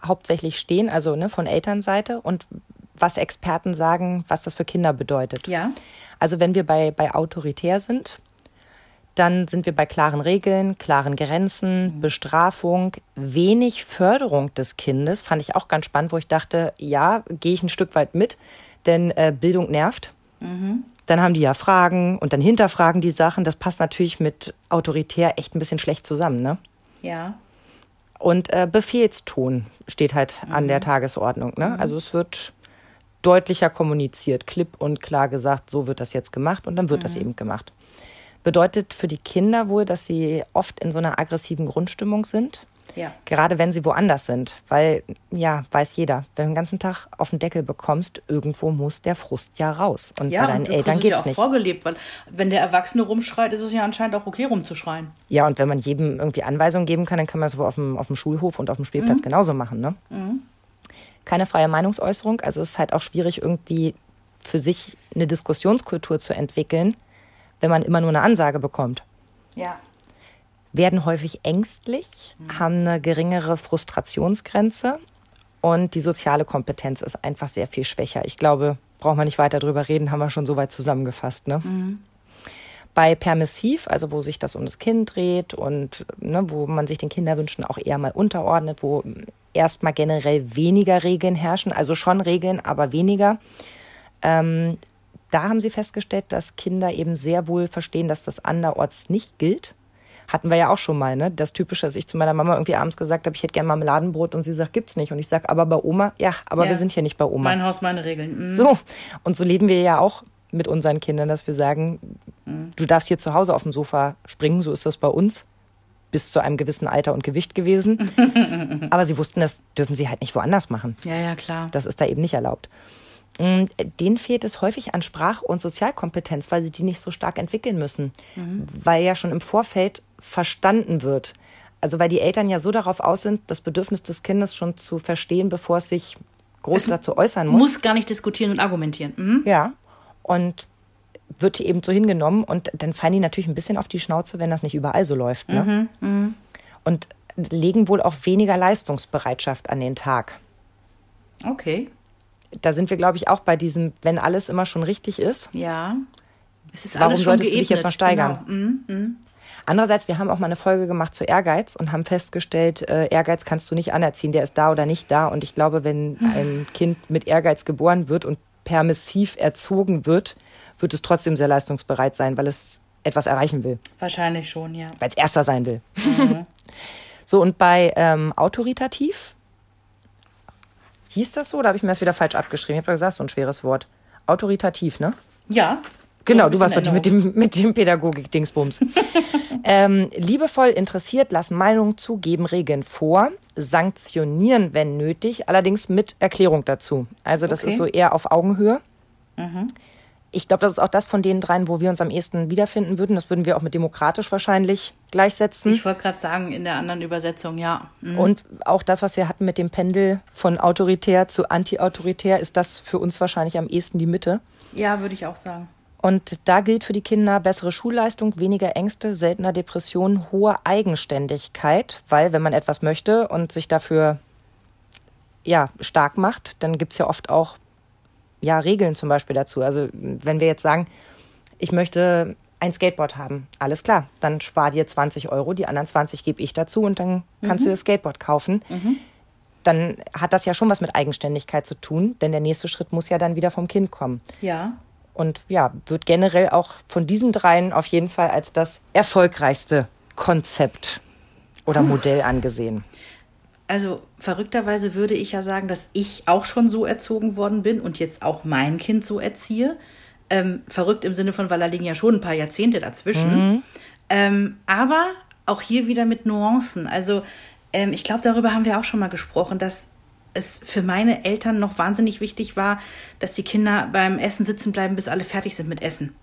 hauptsächlich stehen, also ne, von Elternseite und was Experten sagen, was das für Kinder bedeutet. Ja. Also wenn wir bei autoritär sind, dann sind wir bei klaren Regeln, klaren Grenzen, Bestrafung, wenig Förderung des Kindes. Fand ich auch ganz spannend, wo ich dachte, ja, gehe ich ein Stück weit mit, denn Bildung nervt. Dann haben die ja Fragen und dann hinterfragen die Sachen. Das passt natürlich mit autoritär echt ein bisschen schlecht zusammen, ne? Ja. Und Befehlston steht halt an der Tagesordnung, ne? Also es wird deutlicher kommuniziert, klipp und klar gesagt, so wird das jetzt gemacht und dann wird das eben gemacht. Bedeutet für die Kinder wohl, dass sie oft in so einer aggressiven Grundstimmung sind. Ja. Gerade wenn sie woanders sind. Weil, ja, weiß jeder, wenn du den ganzen Tag auf den Deckel bekommst, irgendwo muss der Frust ja raus. Und Ja, bei deinen und du Eltern kriegst es ja geht's auch nicht. vorgelebt, weil wenn der Erwachsene rumschreit, ist es ja anscheinend auch okay, rumzuschreien. Ja, und wenn man jedem irgendwie Anweisungen geben kann, dann kann man das wohl auf dem Schulhof und auf dem Spielplatz genauso machen, ne? Keine freie Meinungsäußerung. Also es ist halt auch schwierig, irgendwie für sich eine Diskussionskultur zu entwickeln, wenn man immer nur eine Ansage bekommt. Ja. Werden häufig ängstlich, haben eine geringere Frustrationsgrenze und die soziale Kompetenz ist einfach sehr viel schwächer. Ich glaube, braucht man nicht weiter drüber reden, haben wir schon soweit zusammengefasst, ne? Bei permissiv, also wo sich das um das Kind dreht und ne, wo man sich den Kinderwünschen auch eher mal unterordnet, wo erstmal generell weniger Regeln herrschen, also schon Regeln, aber weniger. Da haben sie festgestellt, dass Kinder eben sehr wohl verstehen, dass das anderorts nicht gilt. Hatten wir ja auch schon mal, ne? Das Typische, dass ich zu meiner Mama irgendwie abends gesagt habe, ich hätte gerne Marmeladenbrot und sie sagt, gibt's nicht. Und ich sage, aber bei Oma, ja, aber wir sind hier nicht bei Oma. Mein Haus, meine Regeln. So, und so leben wir ja auch mit unseren Kindern, dass wir sagen, du darfst hier zu Hause auf dem Sofa springen, so ist das bei uns, bis zu einem gewissen Alter und Gewicht gewesen. Aber sie wussten, das dürfen sie halt nicht woanders machen. Ja, ja, klar. Das ist da eben nicht erlaubt. Denen fehlt es häufig an Sprach- und Sozialkompetenz, weil sie die nicht so stark entwickeln müssen. Weil ja schon im Vorfeld verstanden wird. Also weil die Eltern ja so darauf aus sind, das Bedürfnis des Kindes schon zu verstehen, bevor es sich groß dazu äußern muss. Muss gar nicht diskutieren und argumentieren. Ja, und wird eben so hingenommen. Und dann fallen die natürlich ein bisschen auf die Schnauze, wenn das nicht überall so läuft. Ne? Und legen wohl auch weniger Leistungsbereitschaft an den Tag. Okay. Da sind wir, glaube ich, auch bei diesem, wenn alles immer schon richtig ist. Ja. Es ist Warum alles schon solltest du geebnet. dich jetzt noch steigern? Genau. Andererseits, wir haben auch mal eine Folge gemacht zu Ehrgeiz und haben festgestellt, Ehrgeiz kannst du nicht anerziehen, der ist da oder nicht da. Und ich glaube, wenn ein Kind mit Ehrgeiz geboren wird und permissiv erzogen wird, wird es trotzdem sehr leistungsbereit sein, weil es etwas erreichen will. Wahrscheinlich schon, ja. Weil es Erster sein will. So, und bei autoritativ, hieß das so oder habe ich mir das wieder falsch abgeschrieben? Ich habe gesagt, so ein schweres Wort. Autoritativ, ne? Ja. Genau, So ein du warst bisschen doch mit dem Pädagogik-Dingsbums. Liebevoll interessiert, lassen Meinungen zu, geben Regeln vor, sanktionieren, wenn nötig, allerdings mit Erklärung dazu. Also das ist so eher auf Augenhöhe. Ich glaube, das ist auch das von den dreien, wo wir uns am ehesten wiederfinden würden. Das würden wir auch mit demokratisch wahrscheinlich gleichsetzen. Ich wollte gerade sagen, in der anderen Übersetzung, ja. Und auch das, was wir hatten mit dem Pendel von autoritär zu anti-autoritär, ist das für uns wahrscheinlich am ehesten die Mitte. Ja, würde ich auch sagen. Und da gilt für die Kinder bessere Schulleistung, weniger Ängste, seltener Depressionen, hohe Eigenständigkeit. Weil wenn man etwas möchte und sich dafür stark macht, dann gibt's ja oft auch Regeln zum Beispiel dazu. Also wenn wir jetzt sagen, ich möchte ein Skateboard haben, alles klar, dann spar dir 20 €, die anderen 20 gebe ich dazu und dann kannst du das Skateboard kaufen. Dann hat das ja schon was mit Eigenständigkeit zu tun, denn der nächste Schritt muss ja dann wieder vom Kind kommen. Ja. Und wird generell auch von diesen dreien auf jeden Fall als das erfolgreichste Konzept oder Modell angesehen. Also verrückterweise würde ich ja sagen, dass ich auch schon so erzogen worden bin und jetzt auch mein Kind so erziehe. Verrückt im Sinne von, weil da liegen ja schon ein paar Jahrzehnte dazwischen. Aber auch hier wieder mit Nuancen. Also ich glaube, darüber haben wir auch schon mal gesprochen, dass es für meine Eltern noch wahnsinnig wichtig war, dass die Kinder beim Essen sitzen bleiben, bis alle fertig sind mit Essen.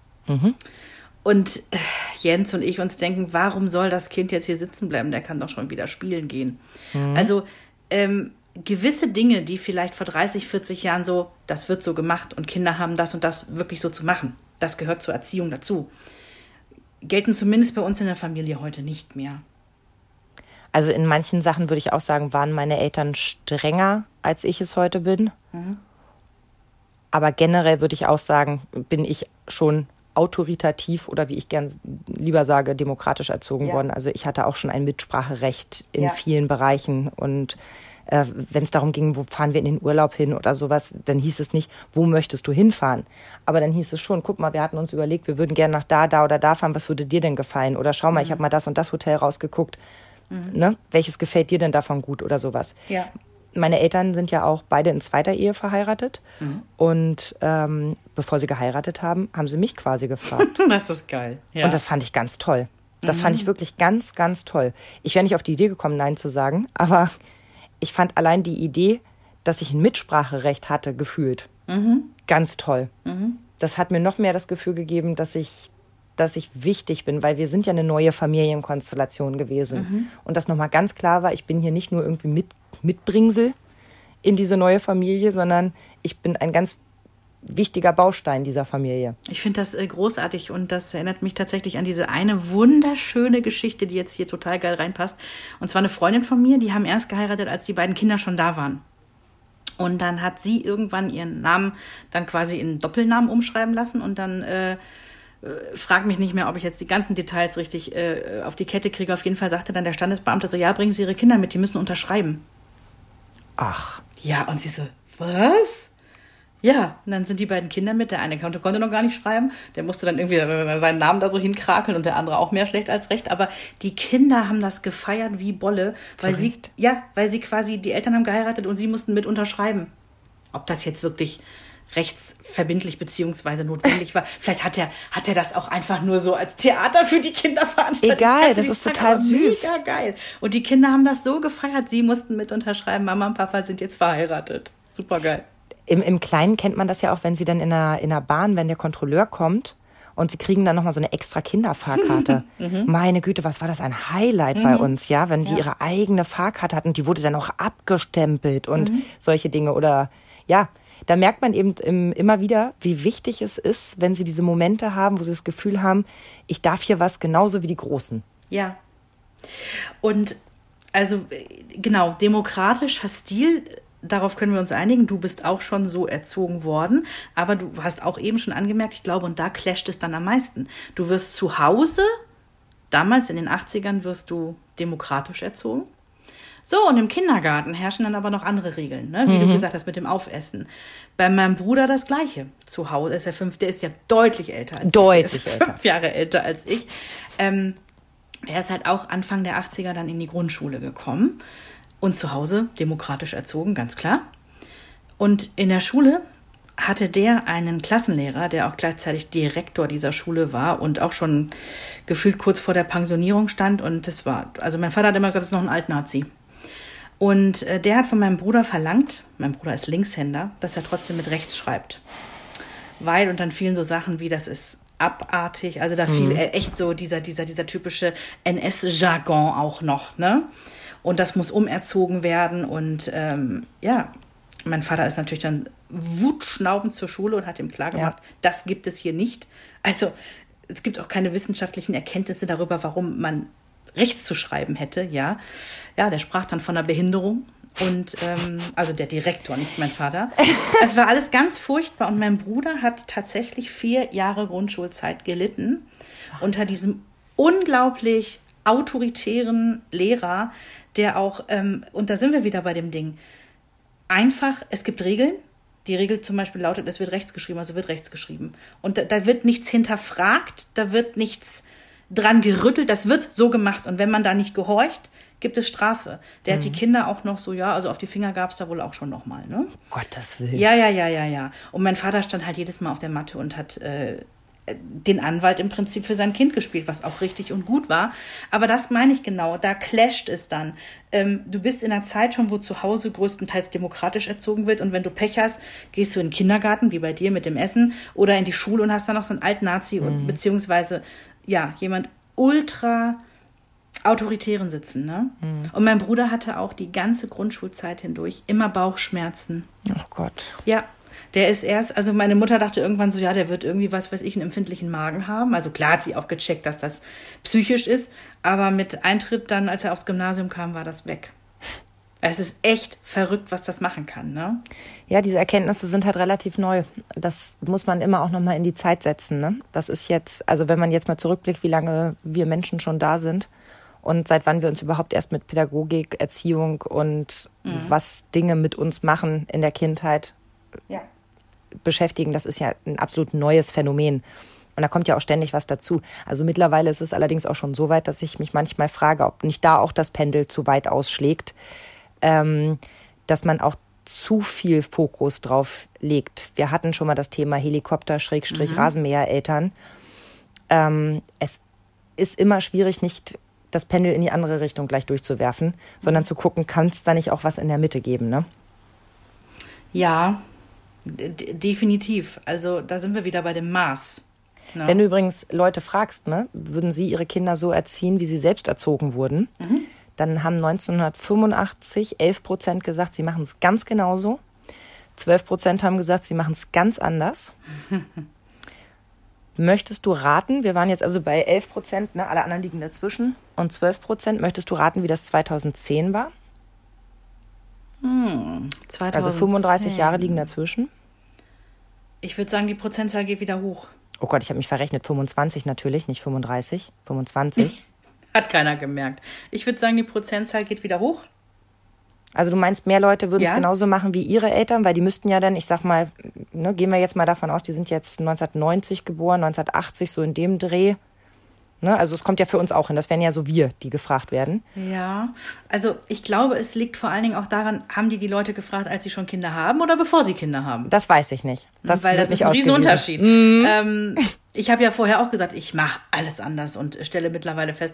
Und Jens und ich uns denken, warum soll das Kind jetzt hier sitzen bleiben? Der kann doch schon wieder spielen gehen. Also gewisse Dinge, die vielleicht vor 30, 40 Jahren so, das wird so gemacht und Kinder haben das und das wirklich so zu machen. Das gehört zur Erziehung dazu. Gelten zumindest bei uns in der Familie heute nicht mehr. Also in manchen Sachen würde ich auch sagen, waren meine Eltern strenger, als ich es heute bin. Aber generell würde ich auch sagen, bin ich schon autoritativ oder wie ich gern lieber sage, demokratisch erzogen worden. Also ich hatte auch schon ein Mitspracherecht in vielen Bereichen. Und wenn es darum ging, wo fahren wir in den Urlaub hin oder sowas, dann hieß es nicht, wo möchtest du hinfahren? Aber dann hieß es schon, guck mal, wir hatten uns überlegt, wir würden gerne nach da oder da fahren, was würde dir denn gefallen? Oder schau mal, ich habe mal das und das Hotel rausgeguckt. Ne? Welches gefällt dir denn davon gut oder sowas? Ja. Meine Eltern sind ja auch beide in zweiter Ehe verheiratet. Und bevor sie geheiratet haben, haben sie mich quasi gefragt. Das ist geil. Ja. Und das fand ich ganz toll. Das fand ich wirklich ganz, ganz toll. Ich wäre nicht auf die Idee gekommen, Nein zu sagen, aber ich fand allein die Idee, dass ich ein Mitspracherecht hatte, gefühlt. Ganz toll. Das hat mir noch mehr das Gefühl gegeben, dass ich wichtig bin, weil wir sind ja eine neue Familienkonstellation gewesen. Und das nochmal ganz klar war, ich bin hier nicht nur irgendwie Mitbringsel in diese neue Familie, sondern ich bin ein ganz wichtiger Baustein dieser Familie. Ich finde das großartig und das erinnert mich tatsächlich an diese eine wunderschöne Geschichte, die jetzt hier total geil reinpasst. Und zwar eine Freundin von mir, die haben erst geheiratet, als die beiden Kinder schon da waren. Und dann hat sie irgendwann ihren Namen dann quasi in Doppelnamen umschreiben lassen und dann frag mich nicht mehr, ob ich jetzt die ganzen Details richtig auf die Kette kriege. Auf jeden Fall sagte dann der Standesbeamte so, ja, bringen Sie Ihre Kinder mit, die müssen unterschreiben. Ach. Ja, und sie so, was? Ja, und dann sind die beiden Kinder mit. Der eine konnte noch gar nicht schreiben. Der musste dann irgendwie seinen Namen da so hinkrakeln und der andere auch mehr schlecht als recht. Aber die Kinder haben das gefeiert wie Bolle, weil sie quasi, die Eltern haben geheiratet und sie mussten mit unterschreiben. Ob das jetzt wirklich rechtsverbindlich beziehungsweise notwendig war. Vielleicht hat er das auch einfach nur so als Theater für die Kinder veranstaltet. Egal, das ist total süß. Mega geil. Und die Kinder haben das so gefeiert, sie mussten mit unterschreiben, Mama und Papa sind jetzt verheiratet. Super geil. Im Kleinen kennt man das ja auch, wenn sie dann in der Bahn, wenn der Kontrolleur kommt und sie kriegen dann nochmal so eine extra Kinderfahrkarte. Meine Güte, was war das ein Highlight bei uns, ja? Wenn die ihre eigene Fahrkarte hatten, die wurde dann auch abgestempelt und solche Dinge. Oder ja, da merkt man eben immer wieder, wie wichtig es ist, wenn sie diese Momente haben, wo sie das Gefühl haben, ich darf hier was genauso wie die Großen. Ja. Und also genau, demokratischer Stil, darauf können wir uns einigen. Du bist auch schon so erzogen worden, aber du hast auch eben schon angemerkt, ich glaube, und da clasht es dann am meisten. Du wirst zu Hause, damals in den 80ern, wirst du demokratisch erzogen. So, und im Kindergarten herrschen dann aber noch andere Regeln, ne? Wie du gesagt hast, mit dem Aufessen. Bei meinem Bruder das Gleiche. Zu Hause ist er 5, der ist ja deutlich älter als ich. Der ist 5 Jahre älter als ich. Der ist halt auch Anfang der 80er dann in die Grundschule gekommen. Und zu Hause demokratisch erzogen, ganz klar. Und in der Schule hatte der einen Klassenlehrer, der auch gleichzeitig Direktor dieser Schule war und auch schon gefühlt kurz vor der Pensionierung stand. Und das war, also mein Vater hat immer gesagt, das ist noch ein Altnazi. Und der hat von meinem Bruder verlangt, mein Bruder ist Linkshänder, dass er trotzdem mit rechts schreibt. Weil, und dann fielen so Sachen wie, das ist abartig, also da fiel echt so dieser typische NS-Jargon auch noch, ne? Und das muss umerzogen werden und mein Vater ist natürlich dann wutschnaubend zur Schule und hat ihm klargemacht, das gibt es hier nicht. Also es gibt auch keine wissenschaftlichen Erkenntnisse darüber, warum man rechts zu schreiben hätte, ja. Ja, der sprach dann von einer Behinderung und also der Direktor, nicht mein Vater. Es war alles ganz furchtbar und mein Bruder hat tatsächlich 4 Jahre Grundschulzeit gelitten unter diesem unglaublich autoritären Lehrer, der auch, und da sind wir wieder bei dem Ding, einfach, es gibt Regeln. Die Regel zum Beispiel lautet, es wird rechts geschrieben, also wird rechts geschrieben. Und da wird nichts hinterfragt, da wird nichts dran gerüttelt, das wird so gemacht. Und wenn man da nicht gehorcht, gibt es Strafe. Der hat die Kinder auch noch so, ja, also auf die Finger gab es da wohl auch schon nochmal, ne? Gottes Willen. Ja. Und mein Vater stand halt jedes Mal auf der Matte und hat den Anwalt im Prinzip für sein Kind gespielt, was auch richtig und gut war. Aber das meine ich genau, da clasht es dann. Du bist in einer Zeit schon, wo zu Hause größtenteils demokratisch erzogen wird und wenn du Pech hast, gehst du in den Kindergarten, wie bei dir mit dem Essen, oder in die Schule und hast dann noch so einen Alt-Nazi beziehungsweise ja, jemand ultra autoritären sitzen, ne? Und mein Bruder hatte auch die ganze Grundschulzeit hindurch immer Bauchschmerzen. Oh Gott. Ja. Der ist erst, also meine Mutter dachte irgendwann so, ja, der wird irgendwie, was weiß ich, einen empfindlichen Magen haben. Also klar hat sie auch gecheckt, dass das psychisch ist, aber mit Eintritt dann, als er aufs Gymnasium kam, war das weg. Es ist echt verrückt, was das machen kann, ne? Ja, diese Erkenntnisse sind halt relativ neu. Das muss man immer auch nochmal in die Zeit setzen, ne? Das ist jetzt, also wenn man jetzt mal zurückblickt, wie lange wir Menschen schon da sind und seit wann wir uns überhaupt erst mit Pädagogik, Erziehung und was Dinge mit uns machen in der Kindheit beschäftigen, das ist ja ein absolut neues Phänomen. Und da kommt ja auch ständig was dazu. Also mittlerweile ist es allerdings auch schon so weit, dass ich mich manchmal frage, ob nicht da auch das Pendel zu weit ausschlägt, dass man auch zu viel Fokus drauf legt. Wir hatten schon mal das Thema Helikopter-Rasenmäher-Eltern. Es ist immer schwierig, nicht das Pendel in die andere Richtung gleich durchzuwerfen, sondern zu gucken, kann es da nicht auch was in der Mitte geben, ne? Ja, definitiv. Also da sind wir wieder bei dem Maß. Ne? Wenn du übrigens Leute fragst, ne, würden sie ihre Kinder so erziehen, wie sie selbst erzogen wurden, dann haben 1985 11% gesagt, sie machen es ganz genauso. 12% haben gesagt, sie machen es ganz anders. Möchtest du raten, wir waren jetzt also bei 11%, ne, alle anderen liegen dazwischen, und 12%, möchtest du raten, wie das 2010 war? 2010. Also 35 Jahre liegen dazwischen. Ich würde sagen, die Prozentzahl geht wieder hoch. Oh Gott, ich habe mich verrechnet. 25 natürlich, nicht 35. 25. Hat keiner gemerkt. Ich würde sagen, die Prozentzahl geht wieder hoch. Also du meinst, mehr Leute würden es genauso machen wie ihre Eltern, weil die müssten ja dann, ich sag mal, ne, gehen wir jetzt mal davon aus, die sind jetzt 1990 geboren, 1980, so in dem Dreh. Ne, also es kommt ja für uns auch hin, das wären ja so wir, die gefragt werden. Ja, also ich glaube, es liegt vor allen Dingen auch daran, haben die Leute gefragt, als sie schon Kinder haben oder bevor sie Kinder haben? Das weiß ich nicht. Weil das ist ein Riesenunterschied. Ich habe ja vorher auch gesagt, ich mache alles anders und stelle mittlerweile fest,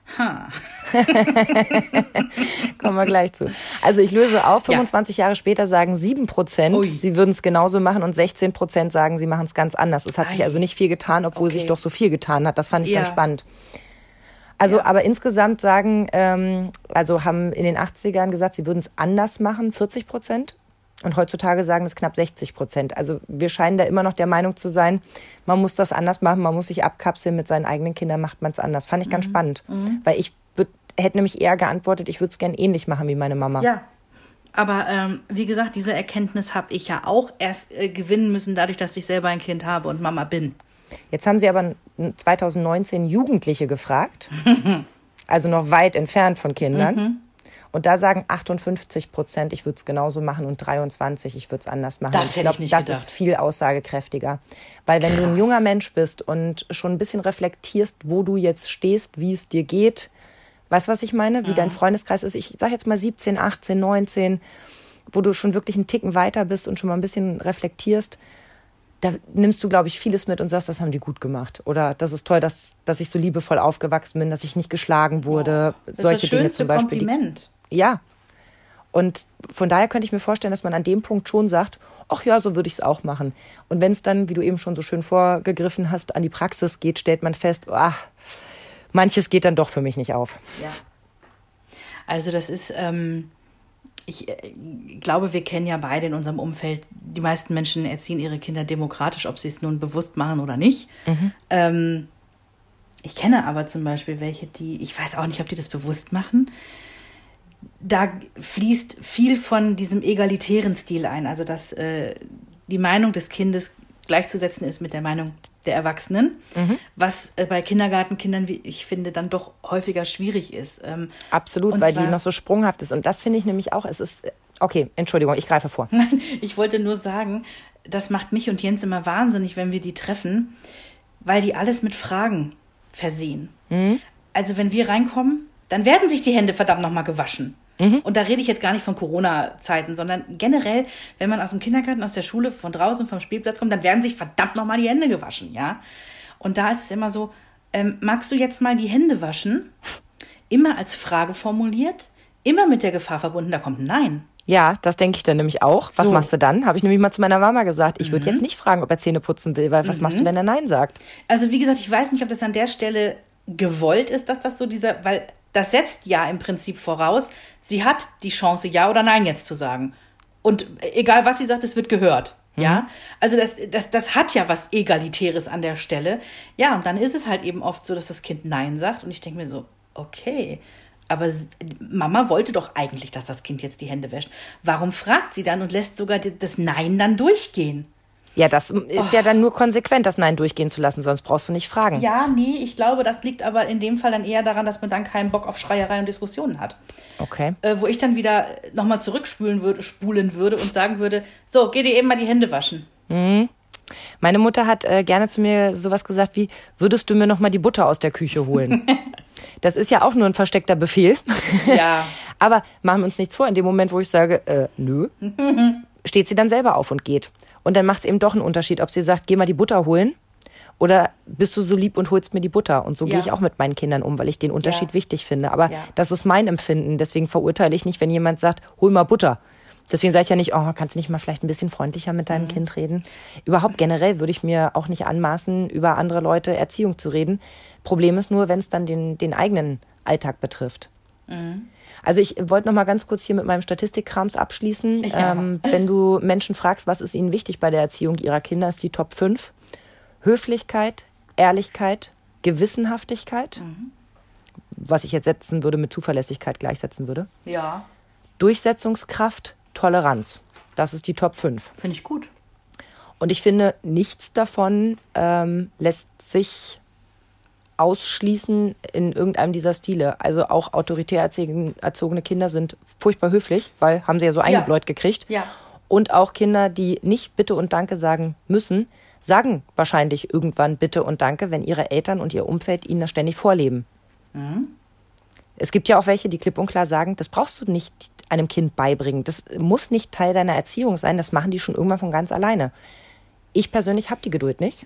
Kommen wir gleich zu. Also ich löse auf, 25 Jahre später sagen 7%, sie würden es genauso machen, und 16% sagen, sie machen es ganz anders. Es hat sich also nicht viel getan, obwohl sich doch so viel getan hat. Das fand ich ganz spannend. Also, aber insgesamt sagen, also haben in den 80ern gesagt, sie würden es anders machen, 40%. Und heutzutage sagen es knapp 60%. Also wir scheinen da immer noch der Meinung zu sein, man muss das anders machen, man muss sich abkapseln, mit seinen eigenen Kindern macht man es anders. Fand ich ganz spannend, weil ich hätte nämlich eher geantwortet, ich würde es gern ähnlich machen wie meine Mama. Ja, aber wie gesagt, diese Erkenntnis habe ich ja auch erst gewinnen müssen, dadurch, dass ich selber ein Kind habe und Mama bin. Jetzt haben sie aber 2019 Jugendliche gefragt, also noch weit entfernt von Kindern. Und da sagen 58%, ich würde es genauso machen, und 23%, ich würde es anders machen. Das hätte ich nicht gedacht. Das ist viel aussagekräftiger. Weil wenn du ein junger Mensch bist und schon ein bisschen reflektierst, wo du jetzt stehst, wie es dir geht, weißt du, was ich meine? Wie dein Freundeskreis ist. Ich sage jetzt mal 17, 18, 19, wo du schon wirklich einen Ticken weiter bist und schon mal ein bisschen reflektierst, da nimmst du, glaube ich, vieles mit und sagst, das haben die gut gemacht. Oder das ist toll, dass ich so liebevoll aufgewachsen bin, dass ich nicht geschlagen wurde. Das ist solche das Dinge schönste zum Beispiel. Kompliment. Ja. Und von daher könnte ich mir vorstellen, dass man an dem Punkt schon sagt, ach ja, so würde ich es auch machen. Und wenn es dann, wie du eben schon so schön vorgegriffen hast, an die Praxis geht, stellt man fest, manches geht dann doch für mich nicht auf. Ja. Also das ist, ich glaube, wir kennen ja beide in unserem Umfeld, die meisten Menschen erziehen ihre Kinder demokratisch, ob sie es nun bewusst machen oder nicht. Ich kenne aber zum Beispiel welche, ich weiß auch nicht, ob die das bewusst machen. Da fließt viel von diesem egalitären Stil ein, also dass die Meinung des Kindes gleichzusetzen ist mit der Meinung der Erwachsenen, was bei Kindergartenkindern, wie ich finde, dann doch häufiger schwierig ist. Absolut, weil die noch so sprunghaft ist. Und das finde ich nämlich auch, es ist, okay, Entschuldigung, ich greife vor. Nein, ich wollte nur sagen, das macht mich und Jens immer wahnsinnig, wenn wir die treffen, weil die alles mit Fragen versehen. Also wenn wir reinkommen, dann werden sich die Hände verdammt nochmal gewaschen. Und da rede ich jetzt gar nicht von Corona-Zeiten, sondern generell, wenn man aus dem Kindergarten, aus der Schule, von draußen, vom Spielplatz kommt, dann werden sich verdammt nochmal die Hände gewaschen, ja. Und da ist es immer so, magst du jetzt mal die Hände waschen? Immer als Frage formuliert, immer mit der Gefahr verbunden, da kommt ein Nein. Ja, das denke ich dann nämlich auch. Was machst du dann? Habe ich nämlich mal zu meiner Mama gesagt. Ich würde jetzt nicht fragen, ob er Zähne putzen will, weil was machst du, wenn er Nein sagt? Also wie gesagt, ich weiß nicht, ob das an der Stelle gewollt ist, dass das so weil das setzt ja im Prinzip voraus, sie hat die Chance, Ja oder Nein jetzt zu sagen. Und egal, was sie sagt, es wird gehört. Ja, also das hat ja was Egalitäres an der Stelle. Ja, und dann ist es halt eben oft so, dass das Kind Nein sagt. Und ich denke mir so, okay, aber Mama wollte doch eigentlich, dass das Kind jetzt die Hände wäscht. Warum fragt sie dann und lässt sogar das Nein dann durchgehen? Ja, das ist ja dann nur konsequent, das Nein durchgehen zu lassen, sonst brauchst du nicht fragen. Ja, nee, ich glaube, das liegt aber in dem Fall dann eher daran, dass man dann keinen Bock auf Schreierei und Diskussionen hat. Okay. Wo ich dann wieder nochmal spulen würde und sagen würde, so, geh dir eben mal die Hände waschen. Mhm. Meine Mutter hat gerne zu mir sowas gesagt wie, würdest du mir noch mal die Butter aus der Küche holen? Das ist ja auch nur ein versteckter Befehl. Ja. Aber machen wir uns nichts vor, in dem Moment, wo ich sage, nö, steht sie dann selber auf und geht. Und dann macht es eben doch einen Unterschied, ob sie sagt, geh mal die Butter holen oder bist du so lieb und holst mir die Butter. Und so gehe ich auch mit meinen Kindern um, weil ich den Unterschied wichtig finde. Aber das ist mein Empfinden. Deswegen verurteile ich nicht, wenn jemand sagt, hol mal Butter. Deswegen sage ich ja nicht, oh, kannst du nicht mal vielleicht ein bisschen freundlicher mit deinem Kind reden? Überhaupt generell würde ich mir auch nicht anmaßen, über andere Leute Erziehung zu reden. Problem ist nur, wenn es dann den eigenen Alltag betrifft. Also ich wollte noch mal ganz kurz hier mit meinem Statistikkrams abschließen. Ja. Wenn du Menschen fragst, was ist ihnen wichtig bei der Erziehung ihrer Kinder, ist die Top 5. Höflichkeit, Ehrlichkeit, Gewissenhaftigkeit, was ich jetzt setzen würde, mit Zuverlässigkeit gleichsetzen würde. Ja. Durchsetzungskraft, Toleranz. Das ist die Top 5. Finde ich gut. Und ich finde, nichts davon lässt sich ausschließen in irgendeinem dieser Stile. Also auch autoritär erzogene Kinder sind furchtbar höflich, weil haben sie ja so eingebläut gekriegt. Ja. Und auch Kinder, die nicht Bitte und Danke sagen müssen, sagen wahrscheinlich irgendwann Bitte und Danke, wenn ihre Eltern und ihr Umfeld ihnen das ständig vorleben. Es gibt ja auch welche, die klipp und klar sagen, das brauchst du nicht einem Kind beibringen. Das muss nicht Teil deiner Erziehung sein, das machen die schon irgendwann von ganz alleine. Ich persönlich habe die Geduld nicht.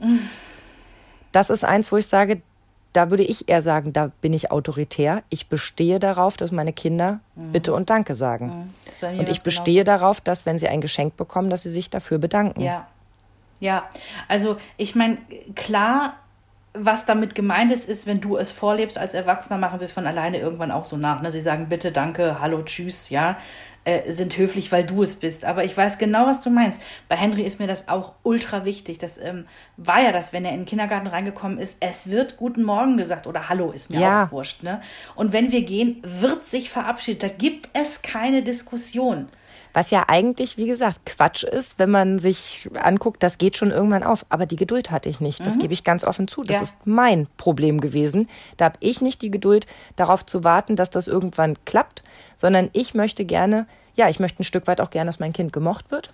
Das ist eins, wo ich sage, da würde ich eher sagen, da bin ich autoritär. Ich bestehe darauf, dass meine Kinder Bitte und Danke sagen. Das bei mir und ich ganz bestehe darauf, dass, wenn sie ein Geschenk bekommen, dass sie sich dafür bedanken. Ja. Ja, also ich meine, klar, was damit gemeint ist, wenn du es vorlebst als Erwachsener, machen sie es von alleine irgendwann auch so nach. Ne? Sie sagen bitte, danke, hallo, tschüss, ja, sind höflich, weil du es bist. Aber ich weiß genau, was du meinst. Bei Henry ist mir das auch ultra wichtig. Das war ja das, wenn er in den Kindergarten reingekommen ist, es wird Guten Morgen gesagt oder Hallo, ist mir auch wurscht. Ne? Und wenn wir gehen, wird sich verabschiedet. Da gibt es keine Diskussion. Was ja eigentlich, wie gesagt, Quatsch ist, wenn man sich anguckt, das geht schon irgendwann auf. Aber die Geduld hatte ich nicht. Das gebe ich ganz offen zu. Das ist mein Problem gewesen. Da habe ich nicht die Geduld, darauf zu warten, dass das irgendwann klappt, sondern ich möchte gerne, ich möchte ein Stück weit auch gerne, dass mein Kind gemocht wird.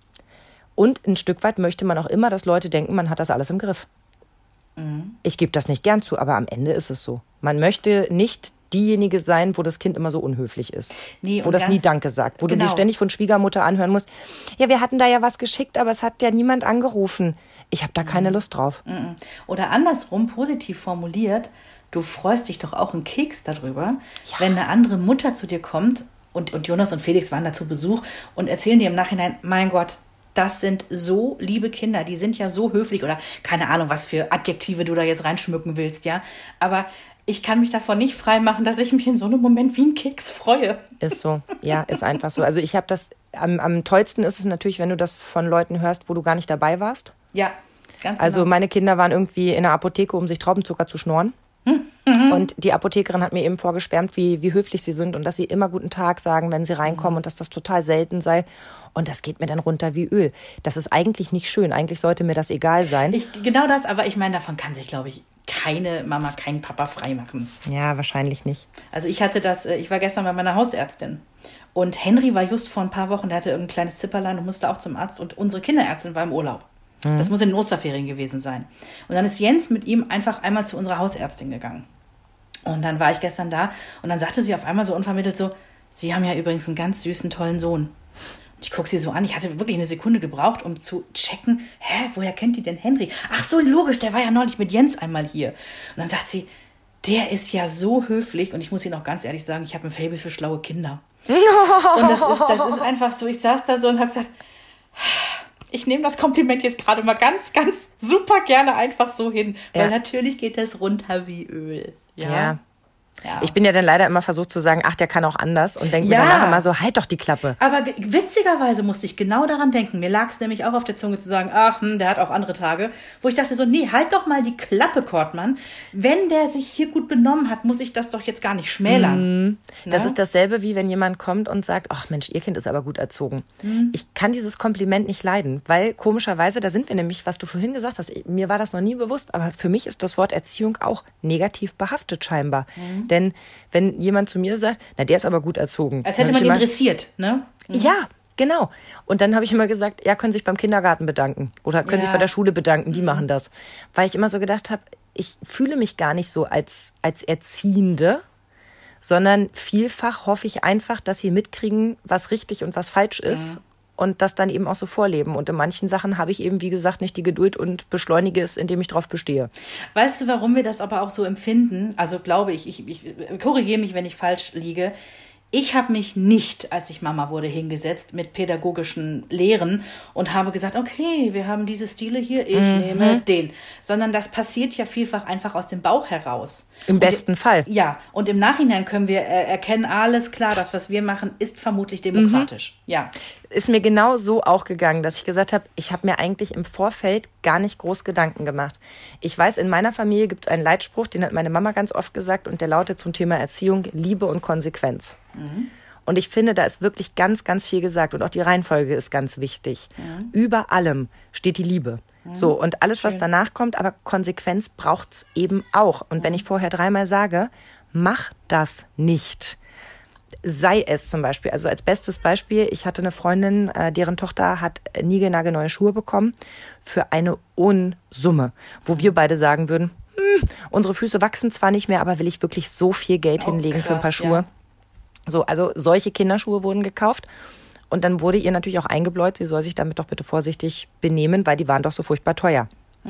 Und ein Stück weit möchte man auch immer, dass Leute denken, man hat das alles im Griff. Ich gebe das nicht gern zu, aber am Ende ist es so. Man möchte nicht diejenige sein, wo das Kind immer so unhöflich ist. Nee, wo das nie Danke sagt. Wo du dir ständig von Schwiegermutter anhören musst, ja, wir hatten da ja was geschickt, aber es hat ja niemand angerufen. Ich habe da keine Lust drauf. Oder andersrum, positiv formuliert, du freust dich doch auch einen Keks darüber, wenn eine andere Mutter zu dir kommt und Jonas und Felix waren da zu Besuch und erzählen dir im Nachhinein, mein Gott, das sind so liebe Kinder, die sind ja so höflich oder keine Ahnung, was für Adjektive du da jetzt reinschmücken willst, ja. Aber ich kann mich davon nicht freimachen, dass ich mich in so einem Moment wie ein Keks freue. Ist so, ja, ist einfach so. Also ich habe das, am tollsten ist es natürlich, wenn du das von Leuten hörst, wo du gar nicht dabei warst. Ja, ganz genau. Also meine Kinder waren irgendwie in der Apotheke, um sich Traubenzucker zu schnorren. Und die Apothekerin hat mir eben vorgeschwärmt, wie höflich sie sind und dass sie immer guten Tag sagen, wenn sie reinkommen und dass das total selten sei. Und das geht mir dann runter wie Öl. Das ist eigentlich nicht schön. Eigentlich sollte mir das egal sein. Genau das, aber ich meine, davon kann sich, glaube ich, keine Mama, kein Papa freimachen. Ja, wahrscheinlich nicht. Also ich war gestern bei meiner Hausärztin und Henry war just vor ein paar Wochen, der hatte irgendein kleines Zipperlein und musste auch zum Arzt und unsere Kinderärztin war im Urlaub. Das muss in den Osterferien gewesen sein. Und dann ist Jens mit ihm einfach einmal zu unserer Hausärztin gegangen. Und dann war ich gestern da und dann sagte sie auf einmal so unvermittelt so, Sie haben ja übrigens einen ganz süßen, tollen Sohn. Und ich gucke sie so an, ich hatte wirklich eine Sekunde gebraucht, um zu checken, woher kennt die denn Henry? Ach so, logisch, der war ja neulich mit Jens einmal hier. Und dann sagt sie, der ist ja so höflich und ich muss Ihnen auch ganz ehrlich sagen, ich habe ein Faible für schlaue Kinder. Und das ist einfach so, ich saß da so und habe gesagt, ich nehme das Kompliment jetzt gerade mal ganz, ganz super gerne einfach so hin, weil natürlich geht das runter wie Öl. Ja. Ja. Ich bin ja dann leider immer versucht zu sagen, ach, der kann auch anders und denke mir danach immer so, halt doch die Klappe. Aber witzigerweise musste ich genau daran denken. Mir lag es nämlich auch auf der Zunge zu sagen, ach, der hat auch andere Tage. Wo ich dachte so, nee, halt doch mal die Klappe, Kortmann. Wenn der sich hier gut benommen hat, muss ich das doch jetzt gar nicht schmälern. Das ist dasselbe, wie wenn jemand kommt und sagt, ach Mensch, ihr Kind ist aber gut erzogen. Ich kann dieses Kompliment nicht leiden, weil komischerweise, da sind wir nämlich, was du vorhin gesagt hast, mir war das noch nie bewusst, aber für mich ist das Wort Erziehung auch negativ behaftet scheinbar. Denn wenn jemand zu mir sagt, na, der ist aber gut erzogen. Als hätte man ihn dressiert, ne? Ja, genau. Und dann habe ich immer gesagt, ja, können sich beim Kindergarten bedanken oder können sich bei der Schule bedanken, die machen das. Weil ich immer so gedacht habe, ich fühle mich gar nicht so als Erziehende, sondern vielfach hoffe ich einfach, dass sie mitkriegen, was richtig und was falsch ist. Und das dann eben auch so vorleben. Und in manchen Sachen habe ich eben, wie gesagt, nicht die Geduld und beschleunige es, indem ich drauf bestehe. Weißt du, warum wir das aber auch so empfinden? Also glaube ich korrigiere mich, wenn ich falsch liege. Ich habe mich nicht, als ich Mama wurde, hingesetzt mit pädagogischen Lehren und habe gesagt, okay, wir haben diese Stile hier, ich nehme den. Sondern das passiert ja vielfach einfach aus dem Bauch heraus. Im besten Fall. Ja, und im Nachhinein können wir erkennen, alles klar, das, was wir machen, ist vermutlich demokratisch. Ja. Ist mir genau so auch gegangen, dass ich gesagt habe, ich habe mir eigentlich im Vorfeld gar nicht groß Gedanken gemacht. Ich weiß, in meiner Familie gibt es einen Leitspruch, den hat meine Mama ganz oft gesagt und der lautet zum Thema Erziehung, Liebe und Konsequenz. Und ich finde, da ist wirklich ganz, ganz viel gesagt und auch die Reihenfolge ist ganz wichtig. Über allem steht die Liebe. So, und alles, was danach kommt, aber Konsequenz braucht's eben auch. Und wenn ich vorher 3-mal sage, mach das nicht. Sei es zum Beispiel, also als bestes Beispiel, ich hatte eine Freundin, deren Tochter hat niegelnagelneue Schuhe bekommen für eine Unsumme, wo wir beide sagen würden, unsere Füße wachsen zwar nicht mehr, aber will ich wirklich so viel Geld hinlegen für ein paar Schuhe? Ja. So, also solche Kinderschuhe wurden gekauft und dann wurde ihr natürlich auch eingebläut, sie soll sich damit doch bitte vorsichtig benehmen, weil die waren doch so furchtbar teuer.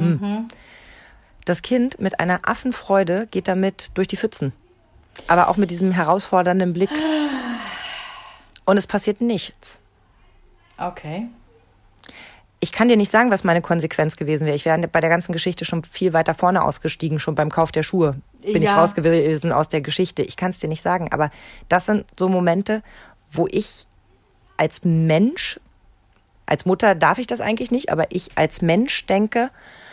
Das Kind mit einer Affenfreude geht damit durch die Pfützen. Aber auch mit diesem herausfordernden Blick. Und es passiert nichts. Okay. Ich kann dir nicht sagen, was meine Konsequenz gewesen wäre. Ich wäre bei der ganzen Geschichte schon viel weiter vorne ausgestiegen, schon beim Kauf der Schuhe. Bin ich raus gewesen aus der Geschichte. Ich kann es dir nicht sagen. Aber das sind so Momente, wo ich als Mensch, als Mutter darf ich das eigentlich nicht, aber ich als Mensch denke,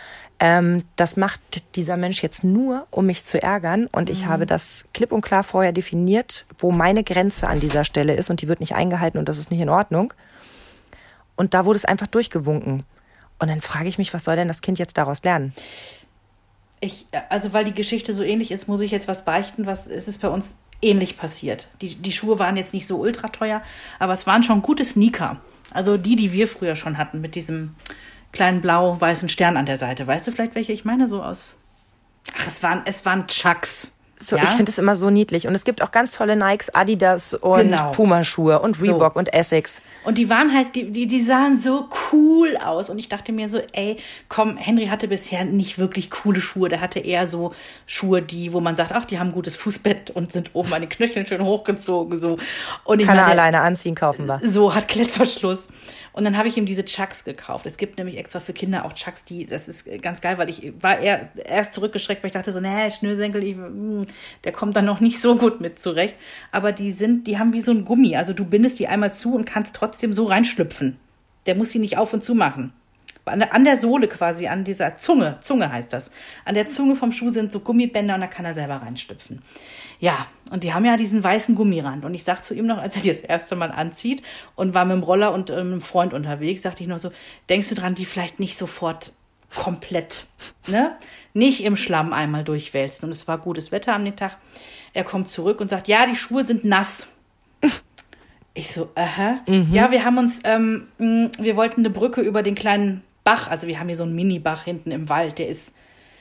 das macht dieser Mensch jetzt nur, um mich zu ärgern. Und ich habe das klipp und klar vorher definiert, wo meine Grenze an dieser Stelle ist. Und die wird nicht eingehalten und das ist nicht in Ordnung. Und da wurde es einfach durchgewunken. Und dann frage ich mich, was soll denn das Kind jetzt daraus lernen? Also weil die Geschichte so ähnlich ist, muss ich jetzt was beichten. Es ist bei uns ähnlich passiert. Die Schuhe waren jetzt nicht so ultra teuer, aber es waren schon gute Sneaker. Also die wir früher schon hatten mit diesem kleinen blau-weißen Stern an der Seite. Weißt du vielleicht, welche ich meine? So aus... Ach, es waren Chucks. So, ja? Ich finde es immer so niedlich. Und es gibt auch ganz tolle Nikes, Adidas und Puma-Schuhe und Reebok und Essex. Und die waren halt, die sahen so cool aus. Und ich dachte mir so, ey, komm, Henry hatte bisher nicht wirklich coole Schuhe. Der hatte eher so Schuhe, wo man sagt, ach, die haben ein gutes Fußbett und sind oben an den Knöcheln schön hochgezogen. So. Und Kann er alleine anziehen, kaufen wir. So, hat Klettverschluss. Und dann habe ich ihm diese Chucks gekauft. Es gibt nämlich extra für Kinder auch Chucks, das ist ganz geil, weil ich war erst zurückgeschreckt, weil ich dachte so, Schnürsenkel, der kommt dann noch nicht so gut mit zurecht. Aber die haben wie so ein Gummi. Also du bindest die einmal zu und kannst trotzdem so reinschlüpfen. Der muss sie nicht auf und zu machen. An der Sohle quasi, an dieser Zunge heißt das. An der Zunge vom Schuh sind so Gummibänder und da kann er selber reinstüpfen. Ja, und die haben ja diesen weißen Gummirand. Und ich sag zu ihm noch, als er die das erste Mal anzieht und war mit dem Roller und einem Freund unterwegs, sagte ich noch so, denkst du dran, die vielleicht nicht sofort komplett, ne? Nicht im Schlamm einmal durchwälzen. Und es war gutes Wetter am Tag. Er kommt zurück und sagt, ja, die Schuhe sind nass. Ich so, Ja, wir haben uns, wir wollten eine Brücke über den kleinen Bach, also wir haben hier so einen Mini-Bach hinten im Wald, der ist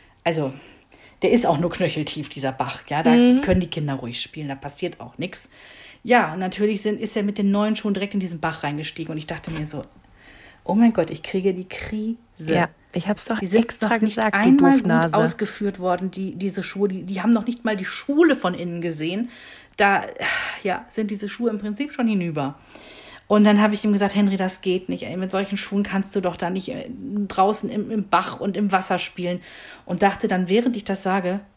auch nur knöcheltief, dieser Bach. Ja, da können die Kinder ruhig spielen, da passiert auch nichts. Ja, und natürlich ist er mit den neuen Schuhen direkt in diesen Bach reingestiegen und ich dachte mir so, oh mein Gott, ich kriege die Krise. Ja, ich hab's doch die sind extra noch nicht gesagt, einmal du Doofnase. gut ausgeführt worden, diese Schuhe, die haben noch nicht mal die Schule von innen gesehen. Da sind diese Schuhe im Prinzip schon hinüber. Und dann habe ich ihm gesagt, Henry, das geht nicht. Ey, mit solchen Schuhen kannst du doch da nicht draußen im Bach und im Wasser spielen. Und dachte dann, während ich das sage,